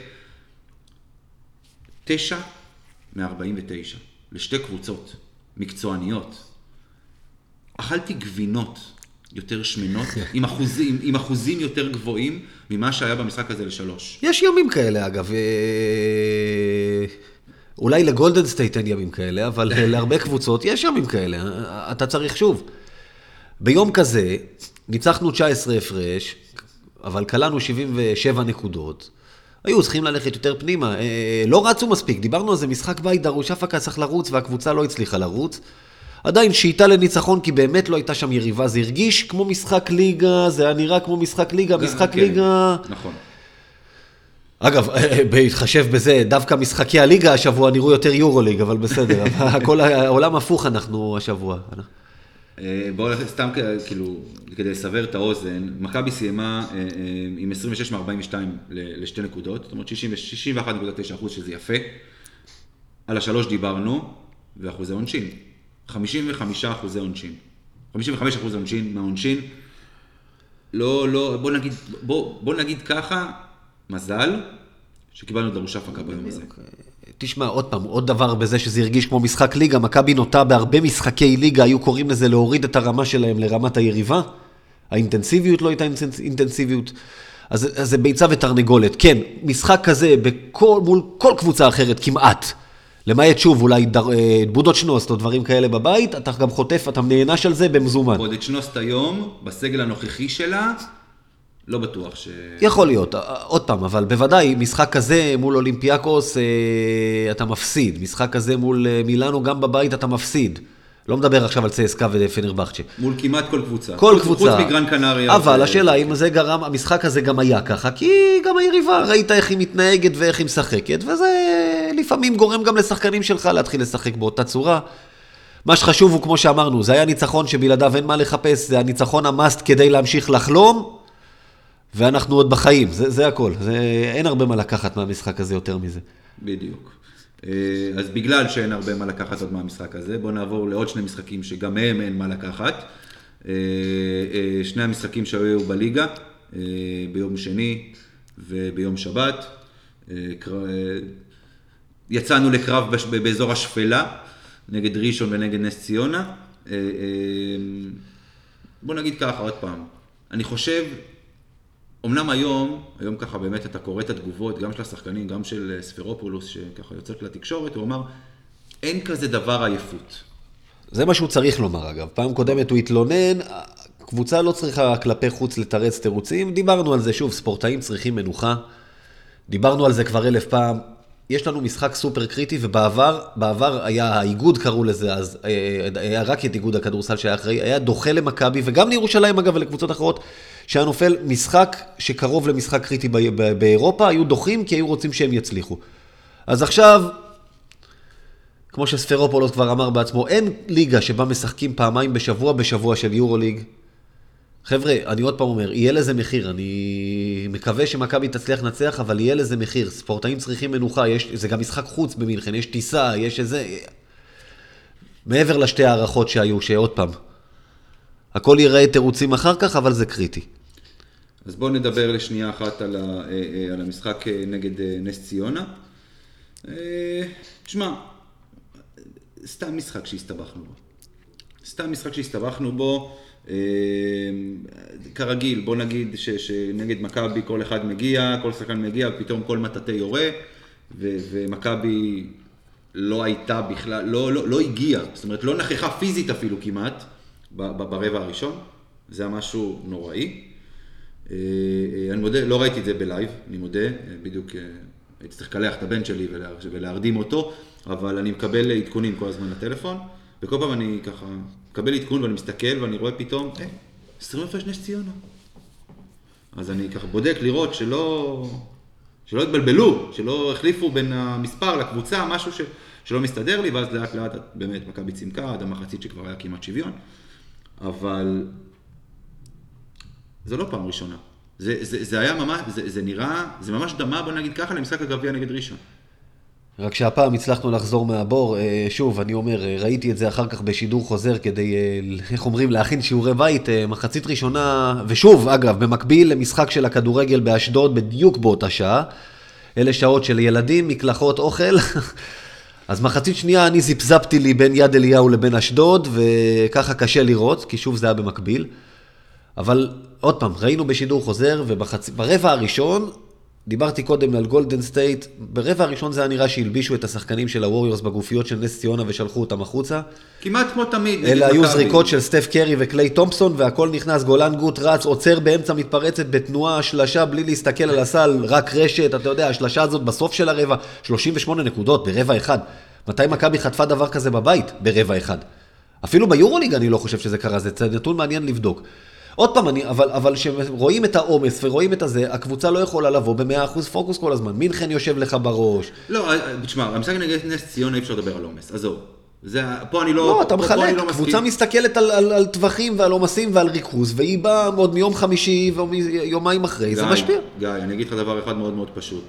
9 מ-49 לשתי קבוצות מקצועניות. אכלתי גבינות יותר שמנות, עם אחוזים יותר גבוהים ממה שהיה במשחק הזה ל3. יש ימים כאלה, אגב. אולי לגולדן סטייט אין ימים כאלה, אבל להרבה קבוצות יש ימים כאלה. אתה צריך שוב. ביום כזה, ניצחנו 19 הפרש, אבל קלענו 77 נקודות. היו צריכים ללכת יותר פנימה. לא רצו מספיק. דיברנו על זה, משחק בית, דרושפקה צריך לרוץ, והקבוצה לא הצליחה לרוץ. עדיין שאיתה לניצחון, כי באמת לא הייתה שם יריבה, זה הרגיש כמו משחק ליגה, זה היה נראה כמו משחק ליגה, משחק ליגה... נכון. אגב, בהתחשב בזה, דווקא משחקי הליגה השבוע נראו יותר יורוליג, אבל בסדר, כל העולם הפוך אנחנו השבוע. בואו סתם כאילו, כדי לסבר את האוזן, מכבי סיימה עם 26 מ-42 לשתי נקודות, זאת אומרת 61.9%, שזה יפה. על ה3 דיברנו, ואחוזי עונשין. 55% עונשין. 55% עונשין מהעונשין. לא, בוא נגיד ככה, מזל שקיבלנו דרוש הפקה ביום הזה. תשמע, עוד פעם, עוד דבר בזה שזה הרגיש כמו משחק ליגה, מכבי נוטה בהרבה משחקי ליגה, היו קוראים לזה להוריד את הרמה שלהם לרמת היריבה, האינטנסיביות לא הייתה אינטנסיביות, אז זה ביצה ותרנגולת. כן, משחק כזה מול כל קבוצה אחרת כמעט, למעט שוב, אולי בודות שנוסט או דברים כאלה בבית, אתה גם חוטף, אתה נהנש על זה במזומן. בודות שנוסט היום, בסגל הנוכחי שלה, לא בטוח ש... יכול להיות, עוד פעם, אבל בוודאי, משחק כזה מול אולימפיאקוס אתה מפסיד, משחק כזה מול מילאנו גם בבית אתה מפסיד. לא מדבר עכשיו על CSKA ופנרבחצ'ה. מול כמעט כל קבוצה. כל קבוצה. חוץ מגרן קנריה. אבל השאלה, אם זה גרם, המשחק הזה גם היה ככה, כי גם היריבה, ראית איך היא מתנהגת ואיך היא משחקת, וזה לפעמים גורם גם לשחקנים שלך להתחיל לשחק באותה צורה. מה שחשוב הוא, כמו שאמרנו, זה היה ניצחון שבלעדיו אין מה לחפש, זה הניצחון המאסט כדי להמשיך לחלום, ואנחנו עוד בחיים, זה הכל. אין הרבה מה לקחת מהמשחק הזה יותר מזה. בדיוק. אז בגלל שאין הרבה מה לקחת עוד מהמשחק הזה, בואו נעבור לעוד שני משחקים שגם מהם אין מה לקחת. שני המשחקים שהיו בליגה, ביום שני וביום שבת. יצאנו לקרב באזור השפלה, נגד ראשון ונגד נס ציונה. בואו נגיד ככה עוד פעם. אני חושב... אמנם היום ככה באמת אתה קורא את התגובות, גם של השחקנים, גם של ספירופולוס, שככה יוצאת לתקשורת, הוא אמר, אין כזה דבר עייפות. זה מה שהוא צריך לומר, אגב. פעם קודמת הוא התלונן, קבוצה לא צריכה כלפי חוץ לתרץ תירוצים, דיברנו על זה שוב, ספורטאים צריכים מנוחה, דיברנו על זה כבר 1000 פעם, יש לנו משחק סופר קריטי, ובעבר היה האיגוד, קראו לזה, אז היה רק את איגוד הכדורסל שהיה אחראי, היה דוחה למכבי, וגם לירושלים אגב ולקבוצות אחרות, שהיה נופל משחק שקרוב למשחק קריטי באירופה, היו דוחים כי היו רוצים שהם יצליחו. אז עכשיו, כמו שספירופולוס כבר אמר בעצמו, אין ליגה שבה משחקים פעמיים בשבוע של יורוליג. חבר'ה, אני עוד פעם אומר, יהיה לזה מחיר, אני מקווה שמכבי תצליח לנצח, אבל יהיה לזה מחיר. ספורטאים צריכים מנוחה, זה גם משחק חוץ במלחן, יש טיסה, יש איזה... מעבר לשתי הערכות שהיו, שעוד פעם, הכל ייראה תירוצים אחר כך, אבל זה קריטי. אז בואו נדבר לשנייה אחת על המשחק נגד נס ציונה. תשמע, סתם משחק שהסתבכנו בו. כרגיל, בוא נגיד שנגד מכבי כל אחד מגיע, כל שחקן מגיע, פתאום כל מטאטא יורה, ומכבי לא הייתה בכלל, לא הגיעה, זאת אומרת לא נכחה פיזית אפילו כמעט, ברבע הראשון, זה היה משהו נוראי. אני מודה, לא ראיתי את זה בלייב, אני מודה, בדיוק הייתי צריך לקלח את הבן שלי ולהרדים אותו, אבל אני מקבל עדכונים כל הזמן לטלפון, וכל פעם אני ככה מקבל עדכון ואני מסתכל ואני רואה פתאום, 20 הפרש נס ציונה. אז אני ככה בודק לראות שלא התבלבלו, שלא החליפו בין המספר לקבוצה, משהו שלא מסתדר לי, ואז לאט לאט באמת מכבי צימקה, עד המחצית שכבר היה כמעט שוויון. אבל זה לא פעם ראשונה. זה היה ממש, זה נראה, זה ממש דמה, בוא נגיד ככה, למשחק הגביע נגד ראשון. רק שהפעם הצלחנו לחזור מהבור, שוב, אני אומר, ראיתי את זה אחר כך בשידור חוזר כדי, איך אומרים, להכין שיעורי בית, מחצית ראשונה, ושוב, אגב, במקביל למשחק של הכדורגל באשדוד, בדיוק באותה שעה, אלה שעות של ילדים, מקלחות, אוכל, אז מחצית שנייה אני זיפזפתי לי בין יד אליהו לבין אשדוד, וככה קשה לראות, כי שוב זה היה במקביל, אבל עוד פעם, ראינו בשידור חוזר, וברבע הראשון, דיברתי קודם על גולדן סטייט, ברבע הראשון זה היה נראה שהלבישו את השחקנים של הווריורס בגופיות של נס ציונה ושלחו אותם החוצה. כמעט כמו תמיד. אלה היו זריקות של סטף קרי וקליי תומפסון, והכל נכנס, גולן גוט רץ, עוצר באמצע מתפרצת בתנועה, שלשה בלי להסתכל על הסל, רק רשת, אתה יודע, השלשה הזאת בסוף של הרבע, 38 נקודות ברבע אחד. מתי מכבי חטפה דבר כזה בבית? ברבע אחד. אפילו ביורוליג אני לא חושב שזה קרה, זה נתון מעניין לבדוק. עוד פעם, אבל שרואים את העומס ורואים את הזה, הקבוצה לא יכולה לבוא ב100% פוקוס כל הזמן. מינכן יושב לך בראש. לא, תשמע, המשחק נגד נס ציונה אי אפשר לדבר על עומס, עזוב. פה אני לא... לא, אתה מחלק, קבוצה מסתכלת על טווחים ועל עומסים ועל ריכוז, והיא באה עוד מיום חמישי ויומיים אחרי, זה משפיע. גיא, אני אגיד לך דבר אחד מאוד מאוד פשוט.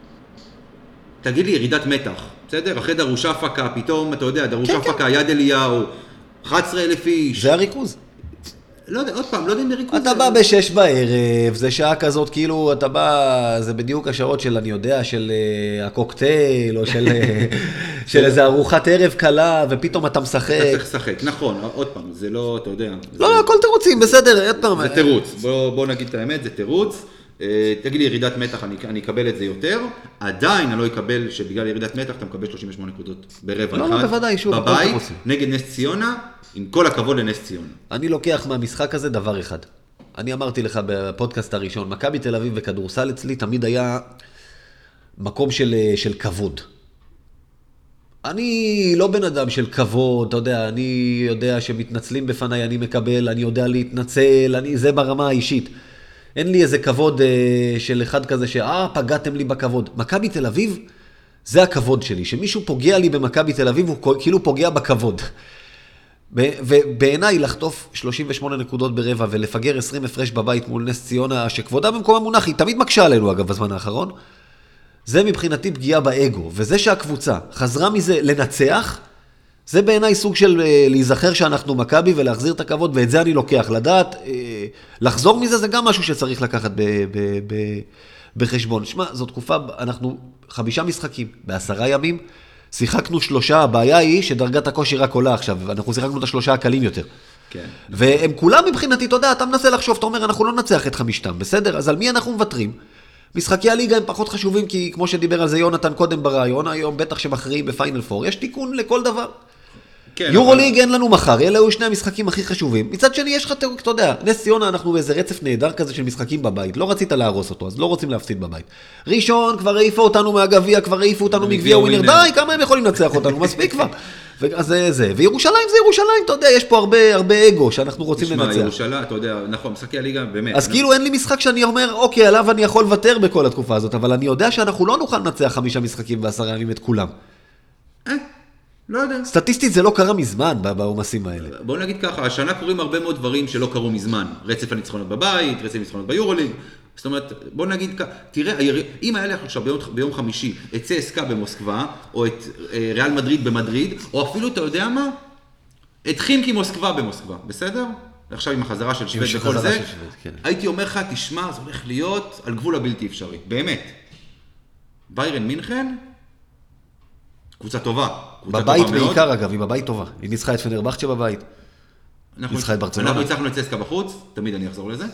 תגיד לי, ירידת מתח, בסדר? אחרי דרוש הפקה, פתאום, אתה יודע, דרוש הפקה, יד אליהו, 11,000 איש. זה הריכוז. לא יודע, עוד פעם, לא יודע אם בריכוז... אתה בא ב6 בערב, זה שעה כזאת, כאילו, אתה בא, זה בדיוק השעות של, אני יודע, של הקוקטייל, או של איזו ארוחת ערב קלה, ופתאום אתה משחק. אתה צריך לשחק, נכון, עוד פעם, זה לא, אתה יודע... לא, הכל תירוצים, בסדר, עוד פעם. זה תירוץ, בוא נגיד את האמת, זה תירוץ. תגיד לי ירידת מתח, אני אקבל את זה יותר, עדיין אני לא אקבל שבגלל ירידת מתח אתה מקבל 38 נקודות ברבע אחד. לא, בוודאי, שוב, בבית, נגד נס ציונה, עם כל הכבוד לנס ציונה. אני לוקח מהמשחק הזה דבר אחד. אני אמרתי לך בפודקאסט הראשון, מכבי תל אביב וכדורסל אצלי תמיד היה מקום של כבוד. אני לא בן אדם של כבוד, אתה יודע, אני יודע שמתנצלים בפניי, אני מקבל, אני יודע להתנצל, זה ברמה האישית. אין לי איזה כבוד של אחד כזה פגעתם לי בכבוד. מכבי תל אביב, זה הכבוד שלי. שמישהו פוגע לי במכבי תל אביב, הוא כאילו פוגע בכבוד. ובעיניי לחטוף 38 נקודות ברבע ולפגר 20 הפרש בבית מול נס ציונה, שכבודה במקום המונח, היא תמיד מקשה עלינו אגב בזמן האחרון, זה מבחינתי פגיעה באגו. וזה שהקבוצה חזרה מזה לנצח, זה בעיניי סוג של להיזכר שאנחנו מכבי ולהחזיר את הכבוד, ואת זה אני לוקח. לדעת, לחזור מזה זה גם משהו שצריך לקחת בחשבון. שמע, זו תקופה, אנחנו 5 משחקים ב10 ימים, שיחקנו 3, הבעיה היא שדרגת הכושר רק עולה עכשיו, אנחנו שיחקנו את 3 הקלים יותר. כן. והם כולם מבחינתי, אתה יודע, אתה מנסה לחשוב, אתה אומר, אנחנו לא נצח את 5, בסדר? אז על מי אנחנו מוותרים? משחקי הליגה הם פחות חשובים, כי כמו שדיבר על זה יונתן קודם ברעיון, היום בטח שמכריעים בפיינל 4, יש תיקון לכל דבר. כן, יורוליג אין לנו מחר, אלה היו 2 המשחקים הכי חשובים. מצד שני, יש לך, אתה יודע, נס ציונה אנחנו באיזה רצף נהדר כזה של משחקים בבית, לא רצית להרוס אותו, אז לא רוצים להפסיד בבית. ראשון, כבר העיפו אותנו מהגביע, כבר העיפו אותנו מגביע ווינר, די, כמה הם יכולים לנצח אותנו, מספיק כבר. אז זה, וירושלים זה ירושלים, אתה יודע, יש פה הרבה אגו שאנחנו רוצים לנצח. תשמע, ירושלים, אתה יודע, נכון, משחקי הליגה, באמת. אז כאילו אין לי משחק שאני אומר, אוקיי, עליו אני יכול לוותר בכל התקופה הזאת, אבל אני יודע שאנחנו לא נוכל לנצח 5 משחקים ב10 ימים את כולם. לא יודע. סטטיסטית זה לא קרה מזמן בעומסים האלה. בואו נגיד ככה, השנה קורים הרבה מאוד דברים שלא קרו מזמן. רצף הניצחונות בבית, רצף הניצחונות ביורוליג. זאת אומרת, בואו נגיד ככה, תראה, אם היה לך עכשיו ביום חמישי את CSKA במוסקבה, או את ריאל מדריד במדריד, או אפילו, אתה יודע מה? את חימקי מוסקבה במוסקבה, בסדר? עכשיו עם החזרה של שוויד וכל זה, הייתי אומר לך, תשמע, זה הולך להיות על גבול הבלתי אפשרי. באמת. ביירן מינכן, קבוצה טובה. בבית בעיקר אגב, היא בבית טובה. היא ניצחה את פנרבחצ'ה בבית. ניצחה את ברצלונה. אנחנו ניצחנו את CSKA בחוץ, תמיד אני אחזור לזה.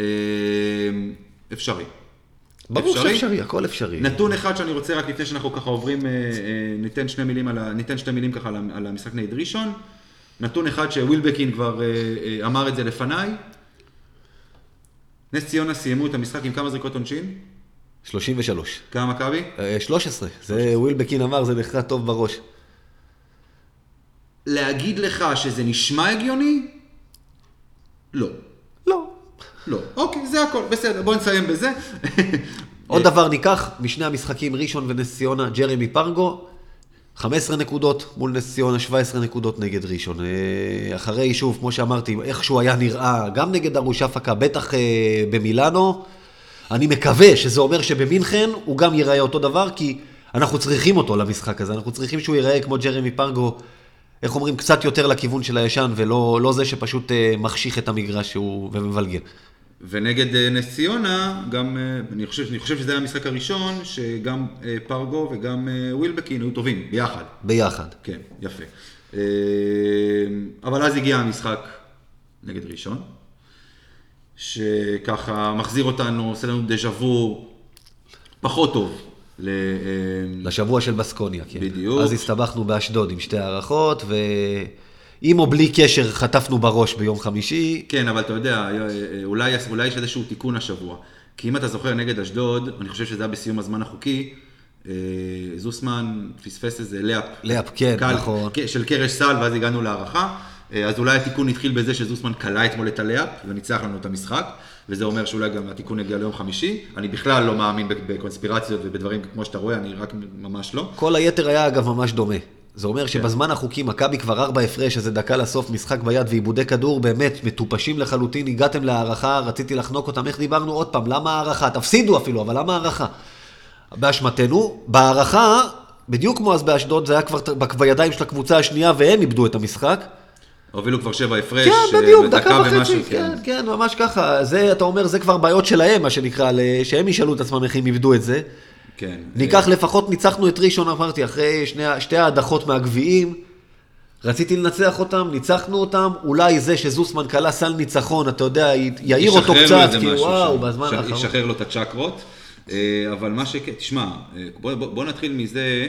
אפשרי. ברור שאפשרי, הכל אפשרי. נתון אחד שאני רוצה רק לפני שאנחנו ככה עוברים, ניתן 2 מילים ככה על המשחק נגד ראשון. נתון אחד שווילבקין כבר אמר את זה לפניי. נס ציונה סיימו את המשחק עם כמה זריקות עונשין? 33. כמה מכבי? 13. זה ווילבקין אמר, זה נחרט טוב בראש. להגיד לך שזה נשמע הגיוני? לא. לא. אוקיי, זה הכל. בסדר, בוא נסיים בזה. עוד דבר ניקח, משני המשחקים ראשון ונס ציונה, ג'רמי פרגו, 15 נקודות מול נס ציונה, 17 נקודות נגד ראשון. אחרי, שוב, כמו שאמרתי, איכשהו היה נראה, גם נגד ארושפקה, בטח במילאנו, אני מקווה שזה אומר שבמינכן הוא גם ייראה אותו דבר, כי אנחנו צריכים אותו למשחק הזה, אנחנו צריכים שהוא ייראה כמו ג'רמי פרגו, איך אומרים, קצת יותר לכיוון של הישן, ולא זה שפשוט מחשיך את המגרש ומבלגן. ונגד נס ציונה, גם, אני חושב שזה היה המשחק הראשון, שגם פרגו וגם ווילבקין היו טובים, ביחד. ביחד. כן, יפה. אבל אז הגיע המשחק נגד ראשון, שככה מחזיר אותנו, עושה לנו דז'אבו פחות טוב. לשבוע של בסקוניה, כן. בדיוק. אז הסתבכנו באשדוד עם 2 הערכות, עם או בלי קשר חטפנו בראש ביום חמישי. כן, אבל אתה יודע, אולי יש איזשהו תיקון השבוע. כי אם אתה זוכר נגד אשדוד, אני חושב שזה היה בסיום הזמן החוקי, זוסמן פספס איזה לאפ. כן, נכון. של קרש סל, ואז הגענו להערכה. אז אולי התיקון התחיל בזה שזוסמן קלה אתמול את הלאפ, וניצח לנו את המשחק, וזה אומר שאולי גם התיקון יגיע ליום חמישי. אני בכלל לא מאמין בקונספירציות ובדברים כמו שאתה רואה, אני רק ממש לא. כל היתר היה אגב ממש דומה. זה אומר שבזמן החוקי, מכבי כבר 4 הפרש, איזה דקה לסוף, משחק ביד ועיבודי כדור, באמת מטופשים לחלוטין, הגעתם להערכה, רציתי לחנוק אותם, איך דיברנו עוד פעם, למה הערכה? תפסידו אפילו, אבל למה הערכה? באשמתנו, בהערכה, בדיוק כמו אז באשדוד, זה היה כבר בידיים של הקבוצה השנייה, והם איבדו את המשחק. הובילו כבר 7 הפרש, כן, בדיוק, דקה ומשהו, וחצי, כן, ממש ככה. זה, אתה אומר, זה כבר בעיות שלהם, מה שנקרא, שהם ישאלו את עצמם איך הם איבדו את זה. כן. ניקח לפחות, ניצחנו את ראשון, אמרתי, אחרי שתי ההדחות מהגביעים, רציתי לנצח אותם, ניצחנו אותם, אולי זה שזוסמן קלה סל ניצחון, אתה יודע, יעיר אותו קצת, כי וואו, בזמן האחרון. ישחרר לו את הצ'קרות, אבל מה תשמע, בוא נתחיל מזה,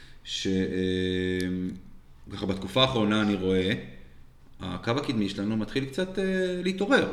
ככה בתקופה האחרונה אני רואה, הקו הקדמי שלנו מתחיל קצת להתעורר.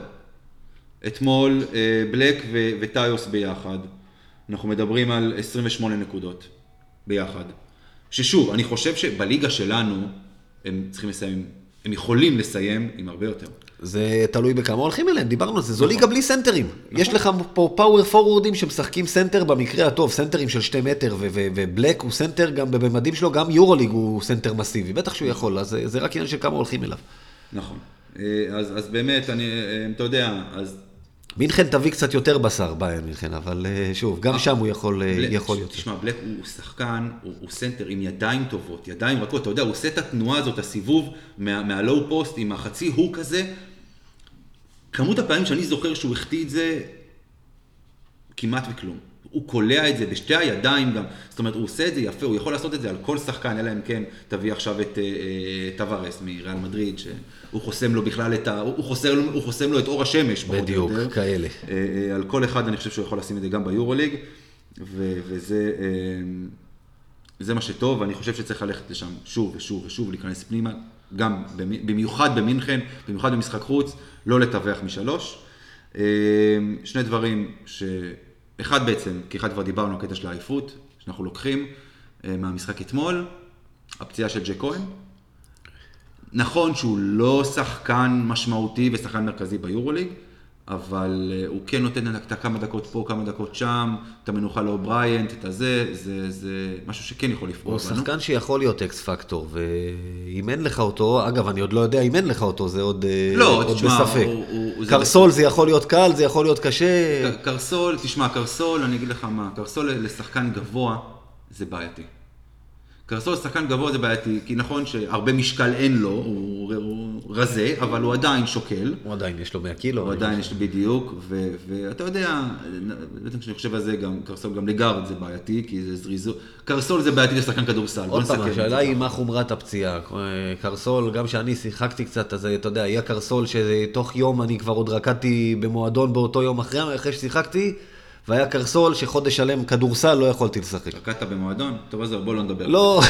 אתמול בלק וטיוס ביחד, אנחנו מדברים על 28 נקודות ביחד. ששוב, אני חושב שבליגה שלנו הם צריכים לסיים, הם יכולים לסיים עם הרבה יותר. זה תלוי בכמה הולכים אליהם, דיברנו על זה, זו ליגה בלי סנטרים. יש לך פה פאוור פורורדים שמשחקים סנטר במקרה הטוב, סנטרים של 2 מטר, ובלק הוא סנטר גם בממדים שלו, גם יורוליג הוא סנטר מסיבי, בטח שהוא יכול, אז זה רק עניין של כמה הולכים אליו. נכון. אז באמת, אתה יודע, אז... מינכן תביא קצת יותר בשר ביירן מינכן, אבל שוב, גם שם הוא יכול להיות. תשמע, בלק הוא שחקן, הוא סנטר עם ידיים טובות, ידיים רכות, אתה יודע, הוא עושה את התנועה הזאת, הסיבוב מהלואו פוסט עם החצי הוק הזה. כמות הפעמים שאני זוכר שהוא החטיא את זה כמעט וכלום. הוא קולע את זה בשתי הידיים גם, זאת אומרת, הוא עושה את זה יפה, הוא יכול לעשות את זה על כל שחקן, אלא אם כן תביא עכשיו את טווארס מריאל מדריד, שהוא חוסם לו בכלל הוא חוסם לו את אור השמש. בדיוק, כאלה. על כל אחד אני חושב שהוא יכול לשים את זה גם ביורוליג, וזה מה שטוב, ואני חושב שצריך ללכת לשם שוב ושוב ושוב, להיכנס פנימה, גם במיוחד במינכן, במיוחד במשחק חוץ, לא לטווח משלוש. שני דברים אחד בעצם, כי אחד כבר דיברנו על קטע של העייפות, שאנחנו לוקחים מהמשחק אתמול, הפציעה של ג'ק כהן. נכון שהוא לא שחקן משמעותי ושחקן מרכזי ביורוליג, אבל הוא כן נותן את כמה דקות פה, כמה דקות שם, את המנוחה לאובריינט, את הזה, זה משהו שכן יכול לפגוע. הוא שחקן שיכול להיות אקס פקטור, ואם אין לך אותו, אגב, אני עוד לא יודע אם אין לך אותו, זה עוד בספק. קרסול זה יכול להיות קל, זה יכול להיות קשה. קרסול, תשמע, קרסול, אני אגיד לך מה, קרסול לשחקן גבוה זה בעייתי. קרסול לשחקן גבוה זה בעייתי, כי נכון שהרבה משקל אין לו, הוא רזה, אבל הוא עדיין שוקל. הוא עדיין יש לו 100 קילו. הוא עדיין יש לו בדיוק, ואתה יודע, בעצם כשאני חושב על זה, גם קרסול גם לגארד זה בעייתי, כי זה זריזו. קרסול זה בעייתי לשחקן כדורסל. עוד פעם, השאלה היא מה חומרת הפציעה. קרסול, גם שאני שיחקתי קצת, אז אתה יודע, היה קרסול שתוך יום אני כבר עוד רקדתי במועדון באותו יום אחרי ששיחקתי, והיה קרסול שחודש שלם כדורסל לא יכולתי לשחק. רקדת במועדון? טוב, אז בוא לא נדבר. לא,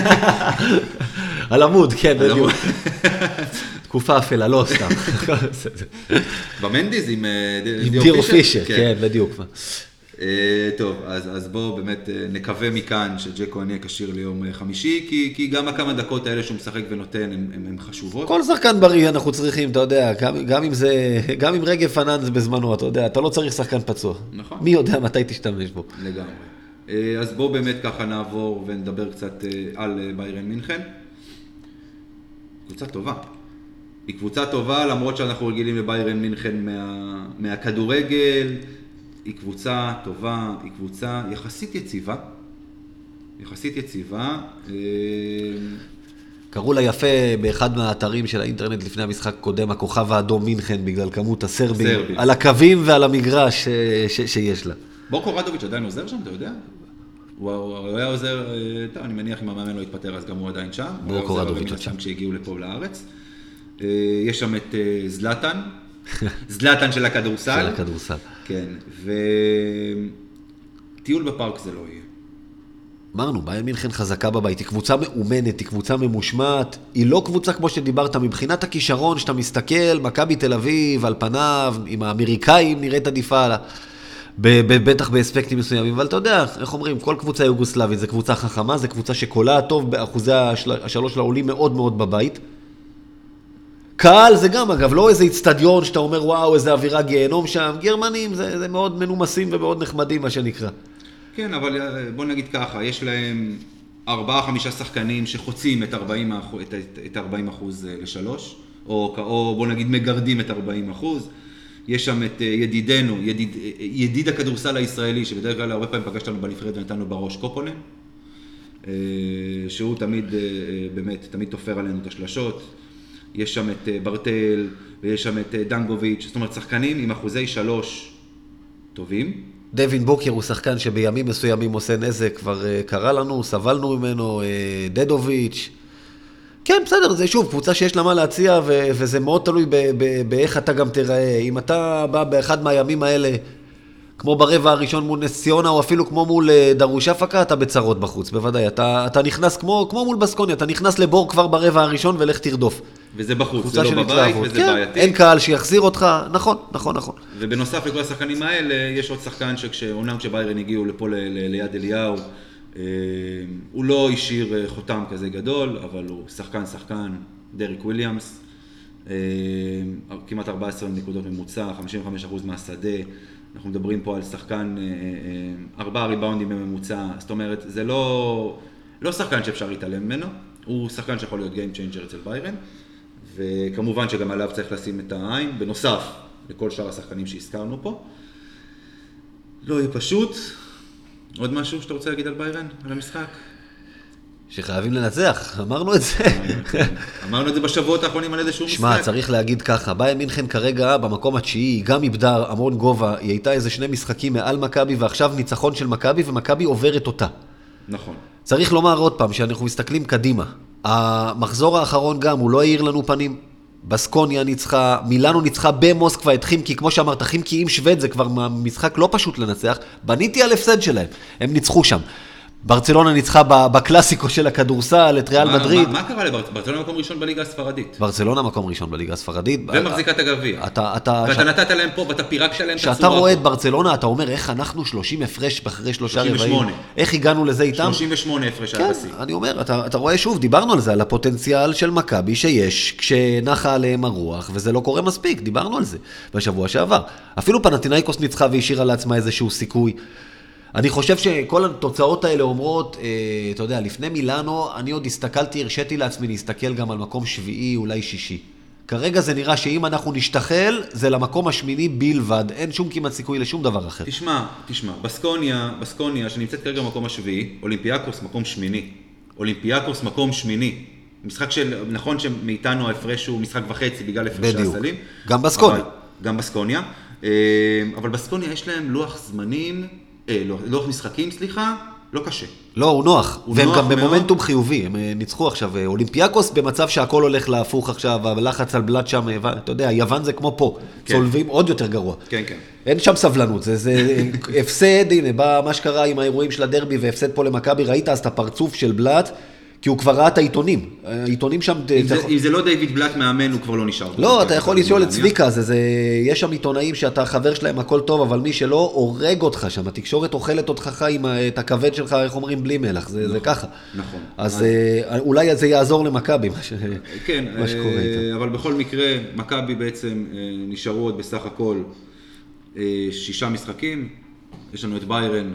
על עמוד, כן, בדיוק. תקופה אפלה, לא סתם. במנדיז עם דירו פישר, כן, בדיוק. טוב, אז בואו באמת נקווה מכאן שג'ק כהן יהיה כשיר ליום חמישי, כי גם הכמה דקות האלה שהוא משחק ונותן הן חשובות. כל שחקן בריא אנחנו צריכים, אתה יודע, גם אם רגב פנן בזמנו, אתה יודע, אתה לא צריך שחקן פצוע. נכון. מי יודע מתי תשתמש בו. לגמרי. אז בואו באמת ככה נעבור ונדבר קצת על ביירן מינכן. קבוצה טובה. היא קבוצה טובה, למרות שאנחנו רגילים לביירן מינכן מהכדורגל. היא קבוצה טובה, היא קבוצה יחסית יציבה. קראו לה יפה באחד מהאתרים של האינטרנט לפני המשחק קודם, הכוכב האדום מינכן, בגלל כמות הסרבים, על הקווים ועל המגרש שיש לה. בורקו רדוביץ' עדיין עוזר שם, אתה יודע? הוא היה עוזר, אני מניח אם המאמן לא התפטר, אז גם הוא עדיין שם. בורקו רדוביץ' עוד שם. כשהגיעו לפה לארץ. יש שם את זלאטן של הכדורסל. של הכדורסל. כן, וטיול בפארק זה לא יהיה. אמרנו, ביירן מינכן חזקה בבית, היא קבוצה מאומנת, היא קבוצה ממושמעת, היא לא קבוצה כמו שדיברת, מבחינת הכישרון שאתה מסתכל, מכבי תל אביב, על פניו, עם האמריקאים נראית עדיפה, בטח באספקטים מסוימים, אבל אתה יודע, איך אומרים, כל קבוצה יוגוסלבית, זה קבוצה חכמה, זה קבוצה שקולה טוב, באחוזי השלוש לעולים מאוד מאוד בבית. קהל זה גם, אגב, לא איזה אצטדיון שאתה אומר, וואו, איזה אווירה גיהנום שם, גרמנים זה מאוד מנומסים ומאוד נחמדים, מה שנקרא. כן, אבל בוא נגיד ככה, יש להם 4-5 שחקנים שחוצים את 40% ל3, או בוא נגיד מגרדים את 40%. יש שם את ידידנו, ידיד הכדורסל הישראלי, שבדרך כלל הרבה פעמים פגש לנו בנפרד ונתנו בראש קופונן, שהוא תמיד, באמת, תמיד תופר עלינו את השלשות. יש שם את ברטל, ויש שם את דנגוביץ', זאת אומרת, שחקנים עם אחוזי 3 טובים. דווין בוקר הוא שחקן שבימים מסוימים עושה נזק, כבר קרה לנו, סבלנו ממנו, דדוביץ'. כן, בסדר, זה שוב, קבוצה שיש לה מה להציע, וזה מאוד תלוי באיך אתה גם תראה. אם אתה בא באחד מהימים האלה, כמו ברבע הראשון מול נס ציונה, או אפילו כמו מול דרוש אפקה, אתה בצרות בחוץ, בוודאי. אתה נכנס כמו מול בסקוניה, אתה נכנס לבור כבר ברבע הראשון ולך תרדוף. וזה בחוץ, זה לא בבית, וזה כן, בעייתי. אין קהל שיחזיר אותך, נכון, נכון, נכון. ובנוסף לכל השחקנים האלה, יש עוד שחקן אומנם כשביירן הגיעו לפה ליד אליהו, הוא לא השאיר חותם כזה גדול, אבל הוא שחקן, דריק וויליאמס, כמעט 14 נקודות ממוצע, 55% מהשדה, אנחנו מדברים פה על שחקן 4 ריבאונדים בממוצע, זאת אומרת, זה לא שחקן שאפשר להתעלם ממנו, הוא שחקן שיכול להיות Game Changer אצל ביירן, וכמובן שגם עליו צריך לשים את העין, בנוסף לכל שאר השחקנים שהזכרנו פה. לא יהיה פשוט. עוד משהו שאתה רוצה להגיד על ביירן, על המשחק? שחייבים לנצח, אמרנו את זה. אמרנו את זה בשבועות האחרונים על איזשהו משחק. שמע, צריך להגיד ככה, ביירן מינכן כרגע במקום התשיעי, היא גם איבדה המון גובה, היא הייתה איזה 2 משחקים מעל מכבי, ועכשיו ניצחון של מכבי, ומכבי עוברת אותה. נכון. צריך לומר עוד פעם, שאנחנו מסתכלים קדימה. המחזור האחרון גם, הוא לא העיר לנו פנים. בסקוניה ניצחה, מילאנו ניצחה במוסקבה את חימקי, כמו שאמרת, חימקי עם שווד זה כבר משחק לא פשוט לנצח, בניתי על הפסד שלהם, הם ניצחו שם. ברצלונה ניצחה בקלאסיקו של הכדורסל, את ריאל מדריד. מה קרה לברצלונה מקום ראשון בליגה הספרדית? ברצלונה מקום ראשון בליגה הספרדית. ומחזיקת הגביע. ואתה נתת להם פה, ואתה פירקת להם את הצורה. כשאתה רואה את ברצלונה, אתה אומר, איך אנחנו 30 הפרש אחרי 3 רבעים? 38. איך הגענו לזה איתם? 38 הפרש על הבסיס. כן, אני אומר, אתה רואה שוב, דיברנו על זה, על הפוטנציאל של מכבי שיש כשנחה עליהם הרוח, וזה לא קורה מספיק, דיברנו על זה בשבוע שעבר. אפילו פנתינייקוס ניצחה והשאירה לעצמה איזשהו סיכוי. אני חושב שכל התוצאות האלה אומרות, אתה יודע, לפני מילאנו, אני עוד הסתכלתי, הרשיתי לעצמי להסתכל גם על מקום שביעי, אולי שישי. כרגע זה נראה שאם אנחנו נשתחל, זה למקום השמיני בלבד, אין שום כמעט סיכוי לשום דבר אחר. תשמע, בסקוניה שנמצאת כרגע במקום השביעי, אולימפיאקוס מקום שמיני. משחק נכון שמאיתנו ההפרש הוא משחק וחצי בגלל הפרש הסלים. גם בסקוניה. אבל בסקוניה יש להם לוח משחקים, לא קשה. לא, הוא נוח. והם גם במומנטום חיובי. הם ניצחו עכשיו אולימפיאקוס במצב שהכל הולך להפוך עכשיו, הלחץ על בלד שם, אתה יודע, יוון זה כמו פה. צולבים עוד יותר גרוע. כן, כן. אין שם סבלנות. זה הפסד, הנה, בא מה שקרה עם האירועים של הדרבי והפסד פה למכבי, ראית אז את הפרצוף של בלד, כי הוא כבר ראה את העיתונים. העיתונים שם... אם זה לא דיוויד בלט מאמן, הוא כבר לא נשאר. לא, אתה יכול לשאול את צביקה, יש שם עיתונאים שאתה חבר שלהם, הכל טוב, אבל מי שלא הורג אותך שם, התקשורת אוכלת אותך חיים, את הכבד שלך, איך אומרים, בלי מלח, זה ככה. נכון. אז אולי זה יעזור למכבי, מה שקורה איתם. אבל בכל מקרה, מכבי בעצם נשארו עוד בסך הכל 6 משחקים, יש לנו את ביירן,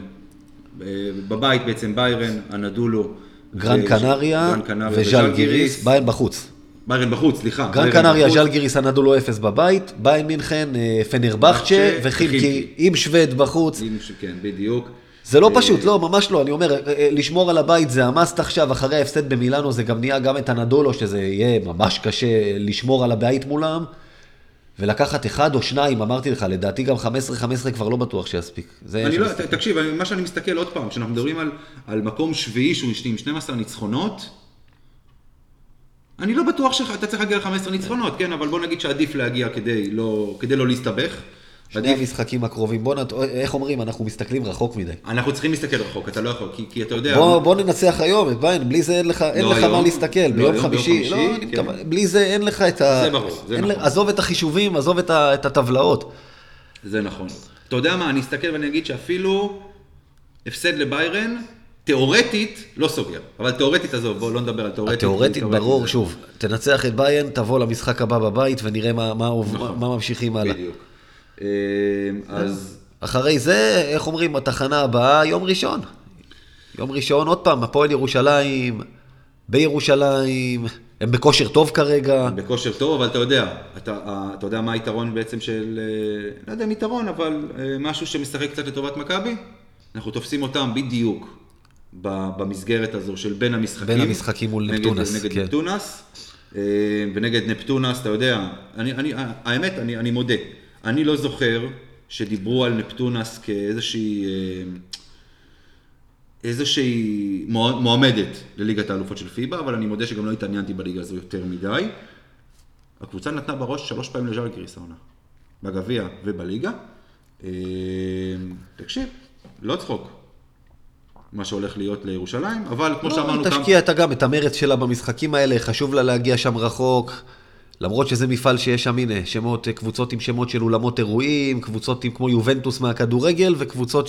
בבית בעצם ביירן, אנדולו, גרן קנריה וז'ל גיריס, ביירן בחוץ. ביירן בחוץ, סליחה. גרן קנריה, ז'ל גיריס, אנדולו 0 בבית, ביירן מינכן, פנרבחצ'ה וחימקי עם שווד בחוץ. כן, בדיוק. זה לא פשוט, לא, ממש לא. אני אומר, לשמור על הבית זה המאסט עכשיו, אחרי ההפסד במילאנו זה גם נהיה גם את אנדולו, שזה יהיה ממש קשה לשמור על הבית מולם. ולקחת 1 או 2, אמרתי לך, לדעתי גם 15-15 כבר לא בטוח שיספיק. תקשיב, מה שאני מסתכל עוד פעם, שאנחנו מדברים על מקום שביעי שהוא עם 12 ניצחונות, אני לא בטוח שאתה צריך להגיע ל-15 ניצחונות, כן, אבל בוא נגיד שעדיף להגיע כדי לא להסתבך. שני המשחקים הקרובים, איך אומרים, אנחנו מסתכלים רחוק מדי. אנחנו צריכים להסתכל רחוק, אתה לא יכול, כי אתה יודע... בוא ננצח היום, את ביין, בלי זה אין לך מה להסתכל, ביום חמישי, בלי זה אין לך את ה... זה ברור, זה נכון. עזוב את החישובים, עזוב את הטבלאות. זה נכון. אתה יודע מה, אני אסתכל ואני אגיד שאפילו הפסד לביירן, תיאורטית לא סוגר, אבל תיאורטית עזוב, בוא לא נדבר על תיאורטית. התיאורטית ברור, שוב, תנצח את ביין, תבוא למשחק הבא בבית ונראה מה ממשיכים הלאה. בדיוק. אז אחרי זה, איך אומרים, התחנה הבאה, יום ראשון, עוד פעם, הפועל ירושלים, בירושלים, הם בכושר טוב כרגע. בכושר טוב, אבל אתה יודע מה היתרון בעצם של, לא יודע אם יתרון, אבל משהו שמשחק קצת לטובת מכבי, אנחנו תופסים אותם בדיוק במסגרת הזו של בין המשחקים. בין המשחקים מול נפטונס. נגד נפטונס. ונגד נפטונס, אתה יודע, האמת, אני מודה, אני לא זוכר שדיברו על נפטונס כאיזושהי מועמדת לליגת האלופות של פיבה, אבל אני מודה שגם לא התעניינתי בליגה הזו יותר מדי. הקבוצה נתנה בראש 3 פעמים לז'לגיריס העונה, בגביע ובליגה. תקשיב, לא צחוק מה שהולך להיות לירושלים, אבל כמו שאמרנו... תשקיע גם את המרץ שלה במשחקים האלה, חשוב לה להגיע שם רחוק, למרות שזה מפעל שיש שם, הנה, שמות, קבוצות עם שמות של אולמות אירועים, קבוצות כמו יובנטוס מהכדורגל, וקבוצות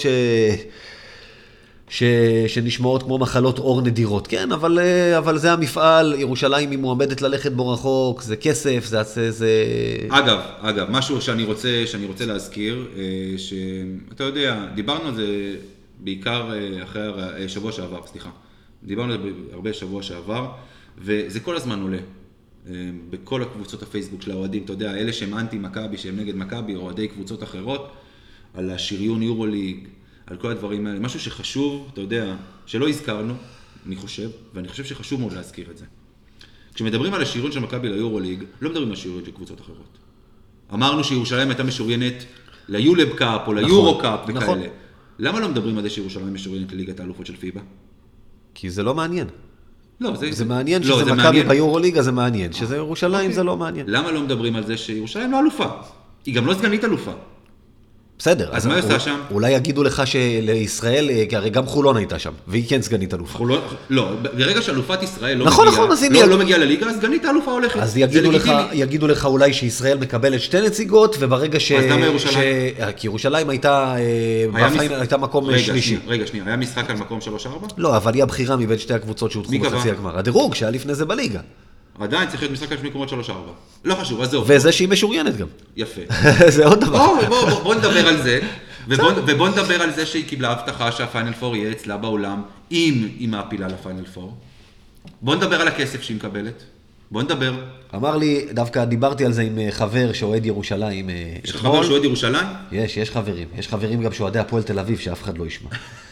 שנשמעות כמו מחלות אור נדירות, כן, אבל זה המפעל, ירושלים היא מועמדת ללכת בו רחוק, זה כסף, זה... אגב, משהו שאני רוצה להזכיר, שאתה יודע, דיברנו על זה בעיקר אחרי שבוע שעבר, סליחה, דיברנו על זה הרבה שבוע שעבר, וזה כל הזמן עולה, בכל הקבוצות הפייסבוק של האוהדים, אתה יודע, אלה שהם אנטי מכבי, שהם נגד מכבי, או אוהדי קבוצות אחרות, על השריון יורוליג, על כל הדברים האלה, משהו שחשוב, אתה יודע, שלא הזכרנו, אני חושב, ואני חושב שחשוב מאוד להזכיר את זה. כשמדברים על השריון של מכבי ליורוליג, לא מדברים על השריון של קבוצות אחרות. אמרנו שירושלים הייתה משוריינת ליולב קאפ או ליורו קאפ וכאלה. נכון. למה לא מדברים על זה שירושלים משוריינת לליגת האלופות של פיבה? כי זה לא מעניין. לא, זה מעניין שזה מכבי ביורוליג, אז זה מעניין. שזה ירושלים, זה לא מעניין. למה לא מדברים על זה שירושלים לא אלופה? היא גם לא סגנית אלופה. בסדר. אז מה עושה שם? אולי יגידו לך שלישראל, הרי גם חולון הייתה שם, והיא כן סגנית אלופה. לא, ברגע שאלופת ישראל לא מגיעה לליגה, אז סגנית האלופה הולכת. אז יגידו לך אולי שישראל מקבלת 2 נציגות, וברגע ש... אז למה ירושלים? כי ירושלים הייתה מקום שלישי. רגע, שנייה, היה משחק על מקום 3-4? לא, אבל היא הבחירה מבין 2 הקבוצות שהודחו בחצי הגמר. הדירוג שהיה לפני זה בליגה. עדיין צריך להיות משחק על מקומות 3-4. לא חשוב, עזוב. וזה שהיא משוריינת גם. יפה. זה עוד דבר. בוא נדבר על זה, ובוא נדבר על זה שהיא קיבלה הבטחה שהפיינל פור יהיה אצלה בעולם, אם היא מעפילה לפיינל פור. בוא נדבר על הכסף שהיא מקבלת. בוא נדבר. אמר לי, דווקא דיברתי על זה עם חבר שאוהד ירושלים. יש לך חבר שאוהד ירושלים? יש חברים. יש חברים גם שאוהדי הפועל תל אביב, שאף אחד לא ישמע.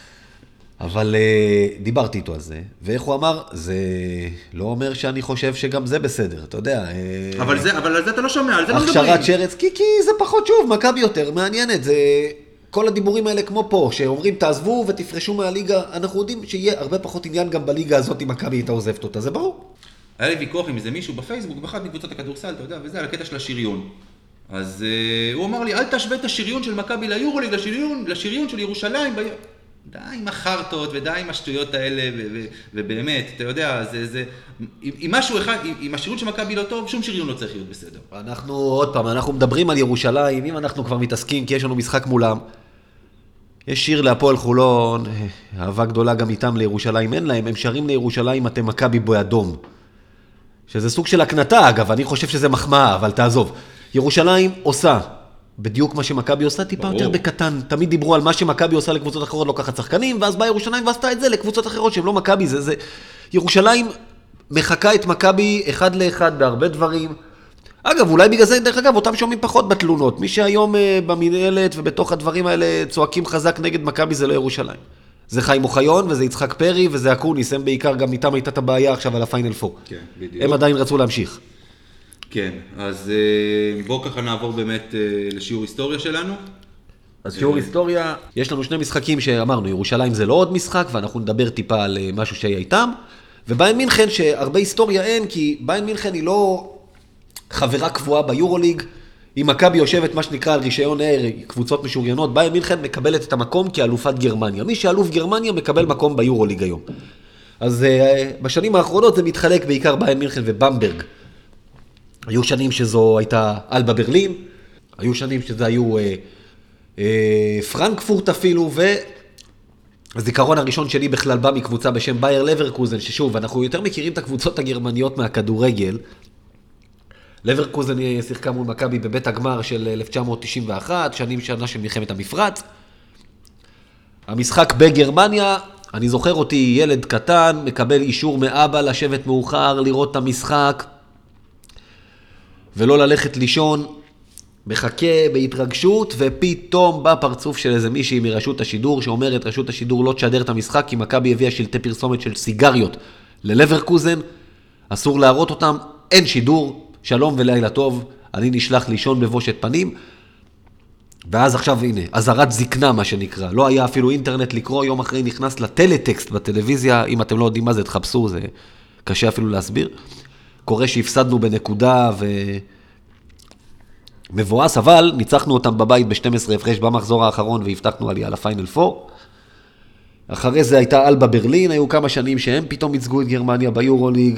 אבל דיברתי איתו על זה, ואיך הוא אמר, זה לא אומר שאני חושב שגם זה בסדר, אתה יודע. אבל על זה אתה לא שומע, על זה לא מדברים. הכשרת שרץ, כי זה פחות שוב, מכבי יותר מעניינת, זה כל הדיבורים האלה כמו פה, שאומרים תעזבו ותפרשו מהליגה, אנחנו יודעים שיהיה הרבה פחות עניין גם בליגה הזאת אם מכבי הייתה עוזבת אותה, זה ברור. היה לי ויכוח עם איזה מישהו בפייסבוק, באחד מקבוצות הכדורסל, אתה יודע, וזה על הקטע של השריון. אז הוא אמר לי, אל תשווה את השריון של מכבי ליורוליג, לשריון של ירושלים. די עם החרטות ודי עם השטויות האלה, ובאמת, אתה יודע, עם משהו אחד, עם השריון של מכבי לא טוב, שום שריון לא צריך להיות בסדר. עוד פעם, אנחנו מדברים על ירושלים, אם אנחנו כבר מתעסקים, כי יש לנו משחק מולם, יש שיר להפועל חולון, אהבה גדולה גם איתם לירושלים, אין להם, הם שרים לירושלים, אתם מכבי באדום. שזה סוג של הקנטה, אגב, אני חושב שזה מחמאה, אבל תעזוב. ירושלים עושה בדיוק מה שמכבי עושה, טיפה יותר בקטן. תמיד דיברו על מה שמכבי עושה לקבוצות אחרות, לוקחת שחקנים, ואז באה ירושלים ועשתה את זה לקבוצות אחרות שהן לא מכבי. ירושלים מחכה את מכבי 1-1 בהרבה דברים. אגב, אולי בגלל זה, דרך אגב, אותם שומעים פחות בתלונות. מי שהיום במנהלת ובתוך הדברים האלה צועקים חזק נגד מכבי זה לא ירושלים. זה חיים אוחיון וזה יצחק פרי וזה אקוניס, הם בעיקר גם איתם הייתה את הבעיה עכשיו על הפיינל פור. כן, בדיוק. הם עדיין רצו להמשיך. כן, אז בואו ככה נעבור באמת לשיעור היסטוריה שלנו. אז שיעור היסטוריה, יש לנו 2 משחקים שאמרנו, ירושלים זה לא עוד משחק, ואנחנו נדבר טיפה על משהו שהיה איתם, וביין מינכן שהרבה היסטוריה אין, כי ביין מינכן היא לא חברה קבועה ביורוליג, אם מכבי יושבת מה שנקרא על רישיון קבוצות משוריינות, ביין מינכן מקבלת את המקום כאלופת גרמניה. מי שאלוף גרמניה מקבל מקום ביורוליג היום. אז בשנים האחרונות זה מתחלק בעיקר ביין מינכן ובמברג. היו שנים שזו הייתה אלבה ברלין, היו שנים שזה היו פרנקפורט אפילו, והזיכרון הראשון שלי בכלל בא מקבוצה בשם בייר לברקוזן, ששוב, אנחנו יותר מכירים את הקבוצות הגרמניות מהכדורגל. לברקוזן שיחקה מול מכבי בבית הגמר של 1991, שנה של מלחמת המפרץ. המשחק בגרמניה, אני זוכר אותי ילד קטן, מקבל אישור מאבא לשבת מאוחר, לראות את המשחק, ולא ללכת לישון, מחכה בהתרגשות, ופתאום בא פרצוף של איזה מישהי מרשות השידור, שאומרת, רשות השידור לא תשדר את המשחק, כי מכבי הביאה שלטי פרסומת של סיגריות ללברקוזן, אסור להראות אותם. אין שידור, שלום ולילה טוב, אני נשלח לישון בבושת פנים, ואז עכשיו הנה, אזהרת זקנה מה שנקרא, לא היה אפילו אינטרנט לקרוא, יום אחרי נכנס לטלטקסט בטלוויזיה, אם אתם לא יודעים מה זה, תחפשו, זה קשה אפילו להסביר. קורה שהפסדנו בנקודה מבואס, אבל ניצחנו אותם בבית ב-12 הפרש במחזור האחרון, והבטחנו עלייה לפיינל 4. אחרי זה הייתה אלבה ברלין, היו כמה שנים שהם פתאום ייצגו את גרמניה ביורוליג,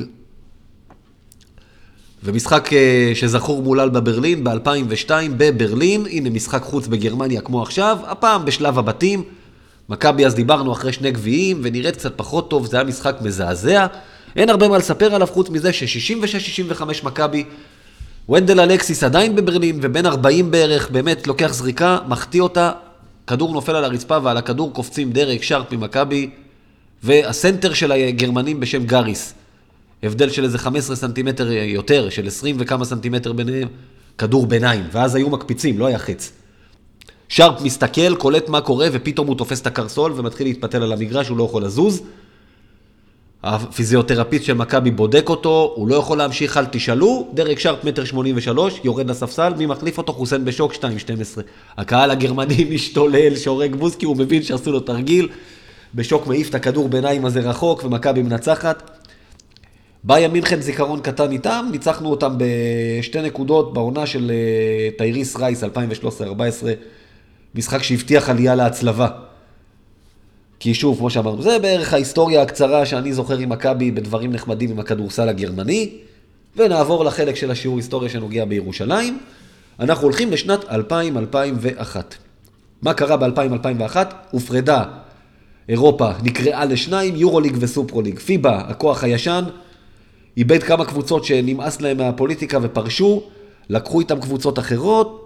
ומשחק שזכור מול אלבה ברלין ב-2002 בברלין, הנה משחק חוץ בגרמניה כמו עכשיו, הפעם בשלב הבתים, מכבי אז דיברנו אחרי 2 גביעים, ונראית קצת פחות טוב, זה היה משחק מזעזע, אין הרבה מה לספר עליו חוץ מזה ש-66-65 מכבי, ונדל אלקסיס עדיין בברלין, ובין 40 בערך, באמת לוקח זריקה, מחטיא אותה, כדור נופל על הרצפה, ועל הכדור קופצים דרק שרפ ממכבי, והסנטר של הגרמנים בשם גאריס, הבדל של איזה 15 סנטימטר יותר, של 20 וכמה סנטימטר ביניהם, כדור ביניים, ואז היו מקפיצים, לא היה חץ. שרפ מסתכל, קולט מה קורה, ופתאום הוא תופס את הקרסול, ומתחיל להתפתל על המגרש, הוא לא יכול לזוז. הפיזיותרפיסט של מכבי בודק אותו, הוא לא יכול להמשיך, אל תשאלו, דרק שרפ 1.83 מטר, יורד לספסל, מי מחליף אותו? חוסן בשוק 2.12. הקהל הגרמני משתולל, שורק בוז, כי הוא מבין שעשו לו תרגיל, בשוק מעיף את הכדור ביניים הזה רחוק, ומכבי מנצחת. ביאן מינכן זיכרון קטן איתם, ניצחנו אותם ב2 נקודות בעונה של טייריס רייס 2013-2014, משחק שהבטיח עלייה להצלבה. כי שוב, כמו שאמרנו, זה בערך ההיסטוריה הקצרה שאני זוכר עם מכבי בדברים נחמדים עם הכדורסל הגרמני, ונעבור לחלק של השיעור היסטוריה שנוגע בירושלים. אנחנו הולכים לשנת 2000-2001. מה קרה ב-2000-2001? הופרדה אירופה, נקראה לשניים, יורוליג וסופרוליג. פיבה, הכוח הישן, איבד כמה קבוצות שנמאס להם מהפוליטיקה ופרשו, לקחו איתם קבוצות אחרות,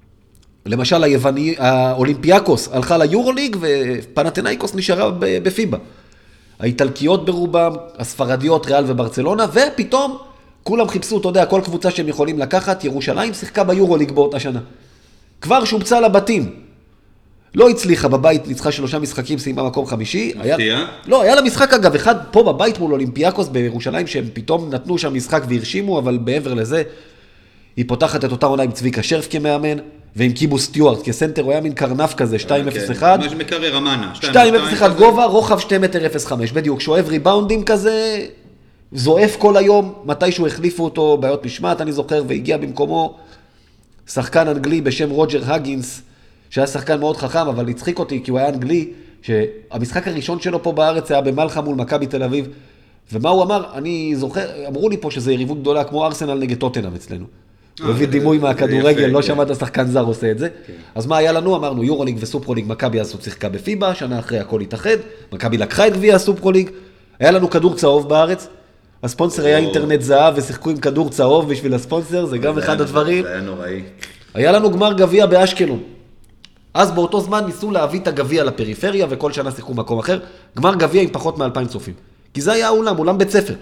למשל האולימפיאקוס הלכה ליורוליג ופנתנאיקוס נשארה בפיבה. האיטלקיות ברובם, הספרדיות, ריאל וברצלונה, ופתאום כולם חיפשו, אתה יודע, כל קבוצה שהם יכולים לקחת, ירושלים שיחקה ביורוליג באותה שנה. כבר שובצה לבתים. לא הצליחה בבית, ניצחה 3 משחקים, סיימה מקום 5. לא, היה לה משחק אגב, אחד פה בבית מול אולימפיאקוס בירושלים, שהם פתאום נתנו שם משחק והרשימו, אבל בעבר לזה, היא פותחת את אותה עונה עם צביקה שרף כמאמן, ועם קיבו סטיוארט כסנטר, הוא היה מין קרנף כזה, 2.01. מה שמקרר רמנה. 2.01 גובה, רוחב 2.05 מטר, בדיוק, שואב ריבאונדים כזה, זועף כל היום, מתישהו החליפו אותו, בעיות משמעת, אני זוכר, והגיע במקומו שחקן אנגלי בשם רוג'ר הגינס, שהיה שחקן מאוד חכם, אבל הצחיק אותי, כי הוא היה אנגלי, שהמשחק הראשון שלו פה בארץ היה במלחה מול מכבי תל אביב, ומה הוא אמר? אני זוכר, אמרו לי פה שזה יריבות גדולה, כמו ארסנל נגד טוטנהאם אצלנו. הוא הביא דימוי מהכדורגל, לא שמעת שחקן זר עושה את זה. אז מה היה לנו? אמרנו, יורוליג וסופרוליג, מכבי אז שיחקה בפיבה, שנה אחרי הכל התאחד, מכבי לקחה את גביע הסופרוליג, היה לנו כדור צהוב בארץ, הספונסר היה אינטרנט זהב, ושיחקו עם כדור צהוב בשביל הספונסר, זה גם אחד הדברים. זה היה נוראי. היה לנו גמר גביע באשקלון. אז באותו זמן ניסו להביא את הגביע לפריפריה, וכל שנה שיחקו מקום אחר. גמר גביע עם פחות מ-2,000 צופים. כי זה היה אולם בית ספר.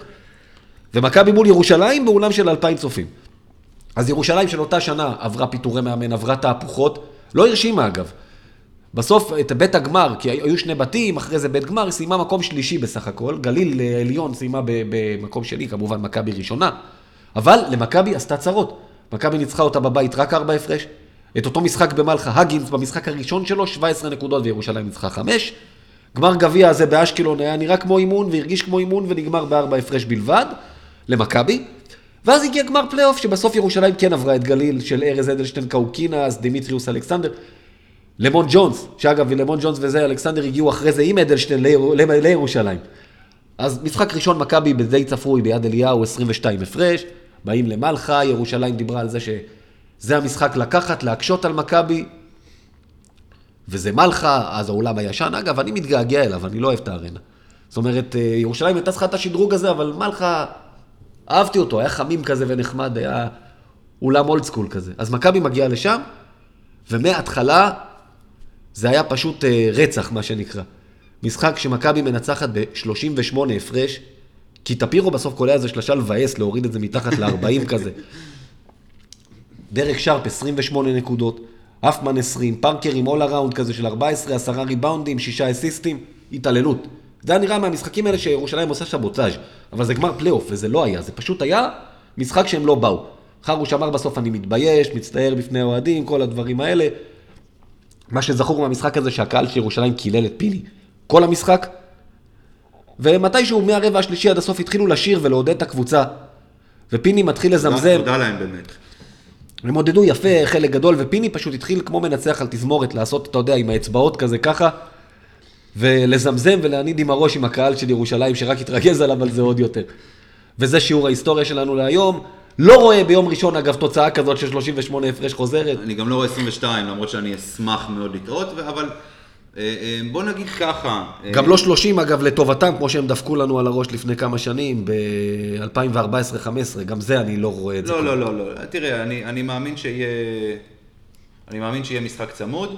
ומכבי מול ירושלים באולם של 2,000 צופים. אז ירושלים של אותה שנה עברה פיטורי מאמן, עברה תהפוכות, לא הרשימה אגב. בסוף את בית הגמר, כי היו 2 בתים, אחרי זה בית גמר, היא סיימה מקום שלישי בסך הכל. גליל עליון סיימה במקום שני, כמובן מכבי ראשונה. אבל למכבי עשתה צרות. מכבי ניצחה אותה בבית רק 4 הפרש. את אותו משחק במלחה, הגינס במשחק הראשון שלו, 17 נקודות וירושלים ניצחה 5. גמר גביע הזה באשקלון היה נראה כמו אימון והרגיש כמו אימון ונגמר ב4 הפרש בלבד למכבי. ואז הגיע גמר פלייאוף שבסוף ירושלים כן עברה את גליל של ארז אדלשטיין קאוקינס, דימיטריוס אלכסנדר, למון ג'ונס, שאגב למון ג'ונס וזה אלכסנדר הגיעו אחרי זה עם אדלשטיין לירושלים. אז משחק ראשון מכבי בדי צפוי ביד אליהו 22 הפרש, באים למלחה, ירושלים דיברה על זה שזה המשחק לקחת, להקשות על מכבי, וזה מלחה, אז האולם הישן, אגב אני מתגעגע אליו, אני לא אוהב את הארנה. זאת אומרת, ירושלים הייתה צריכה את השדרוג הזה, אבל מלחה, אהבתי אותו, היה חמים כזה ונחמד, היה אולם אולד סקול כזה. אז מכבי מגיעה לשם, ומההתחלה זה היה פשוט רצח, מה שנקרא. משחק שמכבי מנצחת ב-38 הפרש, כי טפירו בסוף קולע איזה שלשה לבאס, להוריד את זה מתחת ל-40 כזה. דרק שרפ 28 נקודות, אפמן 20, פארקר עם all around כזה של 14, 10 ריבאונדים, 6 אסיסטים, התעללות. זה היה נראה מהמשחקים האלה שירושלים עושה שבוטאז', אבל זה גמר פלייאוף, וזה לא היה, זה פשוט היה משחק שהם לא באו. חרוש אמר בסוף אני מתבייש, מצטער בפני אוהדים, כל הדברים האלה. מה שזכור מהמשחק הזה שהקהל של ירושלים קילל את פיני. כל המשחק. ומתישהו מהרבע השלישי עד הסוף התחילו לשיר ולעודד את הקבוצה. ופיני מתחיל לזמזם. תודה להם באמת. הם עודדו יפה, חלק גדול, ופיני פשוט התחיל כמו מנצח על תזמורת, לעשות, אתה יודע, עם האצבעות כזה ככה, ולזמזם ולהניד עם הראש עם הקהל של ירושלים, שרק התרגז עליו על זה עוד יותר. וזה שיעור ההיסטוריה שלנו להיום. לא רואה ביום ראשון, אגב, תוצאה כזאת של 38 הפרש חוזרת. אני גם לא רואה 22, למרות שאני אשמח מאוד לטעות, אבל בוא נגיד ככה. גם לא 30, אגב, לטובתם, כמו שהם דפקו לנו על הראש לפני כמה שנים, ב-2014-2015, גם זה אני לא רואה את זה. לא. תראה, אני מאמין שיהיה משחק צמוד.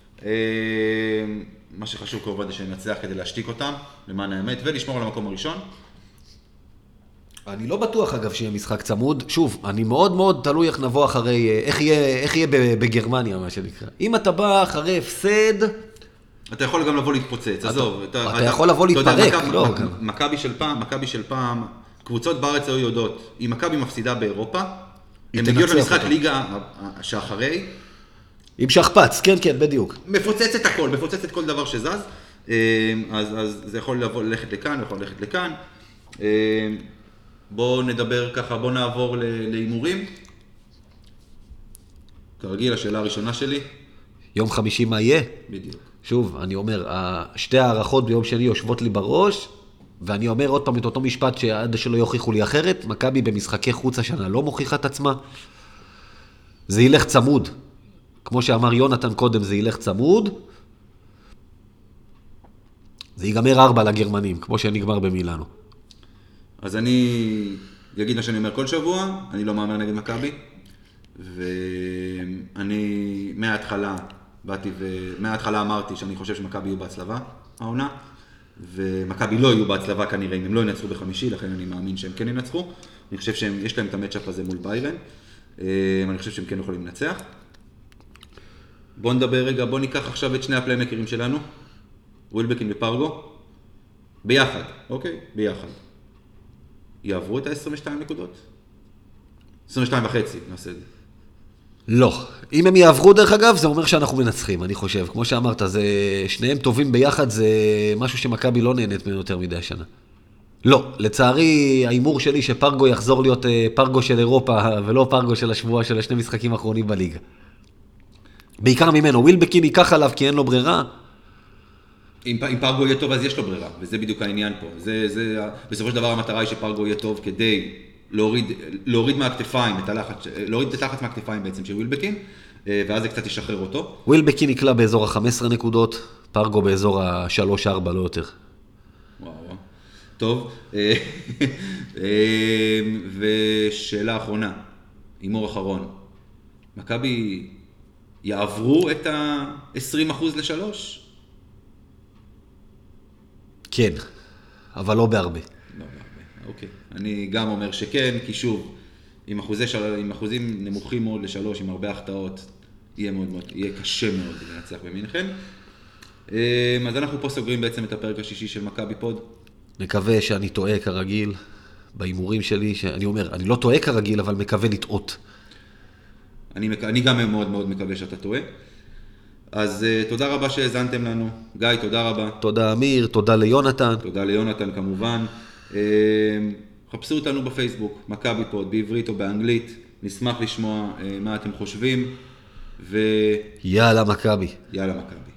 מה שחשוב כמובן זה שנצליח כדי להשתיק אותם, למען האמת, ולשמור על המקום הראשון. אני לא בטוח, אגב, שיהיה משחק צמוד. שוב, אני מאוד מאוד תלוי איך נבוא אחרי, איך יהיה בגרמניה, מה שנקרא. אם אתה בא אחרי הפסד... אתה יכול גם לבוא להתפוצץ, עזוב. אתה יכול לבוא להתפרק, לא. מכבי של פעם, קבוצות בארץ היו יודעות, אם מכבי מפסידה באירופה, הם מגיעות למשחק ליגה שאחרי. עם שכפץ, כן, בדיוק. מפוצץ את כל דבר שזז, אז זה יכול ללכת לכאן, יכול ללכת לכאן. בואו נדבר ככה, בואו נעבור להימורים. כרגיל, השאלה הראשונה שלי. יום חמישי מה יהיה? בדיוק. שוב, אני אומר, שתי הערכות ביום שני יושבות לי בראש, ואני אומר עוד פעם את אותו משפט שעד שלא יוכיחו לי אחרת, מכבי במשחקי חוץ השנה לא מוכיחה את עצמה. זה ילך צמוד. כמו שאמר יונתן קודם, זה ילך צמוד. זה ייגמר 4 לגרמנים, כמו שנגמר במילאנו. אז אני אגיד מה שאני אומר כל שבוע, אני לא מאמר נגד מכבי, ואני מההתחלה אמרתי שאני חושב שמכבי יהיו בהצלבה, העונה, ומכבי לא יהיו בהצלבה כנראה אם הם לא ינצחו בחמישי, לכן אני מאמין שהם כן ינצחו. אני חושב שיש להם את המאצ'אפ הזה מול ביירן, אני חושב שהם כן יכולים לנצח. בוא נדבר רגע, בוא ניקח עכשיו את שני הפליימקרים שלנו, ווילבקין ופרגו, ביחד, אוקיי? ביחד. יעברו את ה-22 נקודות? 22 וחצי, נעשה את זה. לא. אם הם יעברו דרך אגב, זה אומר שאנחנו מנצחים, אני חושב. כמו שאמרת, שניהם טובים ביחד, זה משהו שמכבי לא נהנית ממנו יותר מדי השנה. לא. לצערי, האימור שלי שפרגו יחזור להיות פרגו של אירופה, ולא פרגו של השבוע של השני משחקים האחרונים בליגה. בעיקר ממנו. ווילבקין ייקח עליו כי אין לו ברירה. אם פרגו יהיה טוב, אז יש לו ברירה, וזה בדיוק העניין פה. בסופו של דבר המטרה היא שפרגו יהיה טוב כדי להוריד מהכתפיים, להוריד את הלחץ מהכתפיים בעצם של ווילבקין, ואז זה קצת ישחרר אותו. ווילבקין יקלה באזור ה-15 נקודות, פרגו באזור ה-3-4, לא יותר. וואו. טוב. ושאלה אחרונה, הימור אחרון. מכבי יעברו את ה-20% ל-3? כן, אבל לא בהרבה. לא בהרבה, אוקיי. אני גם אומר שכן, כי שוב, עם אחוזים נמוכים מאוד ל-3, עם הרבה החטאות, יהיה קשה מאוד לנצח במינכן. אז אנחנו פה סוגרים בעצם את הפרק השישי של מכבי פוד. מקווה שאני טועה כרגיל בהימורים שלי, שאני אומר, אני לא טועה כרגיל, אבל מקווה לטעות. אני גם מאוד מאוד מקווה שאתה טועה. אז תודה רבה שהזנתם לנו. גיא, תודה רבה. תודה אמיר, תודה ליונתן. תודה ליונתן כמובן. חפשו אותנו בפייסבוק, מכבי פוד, בעברית או באנגלית. נשמח לשמוע מה אתם חושבים. יאללה מכבי. יאללה מכבי.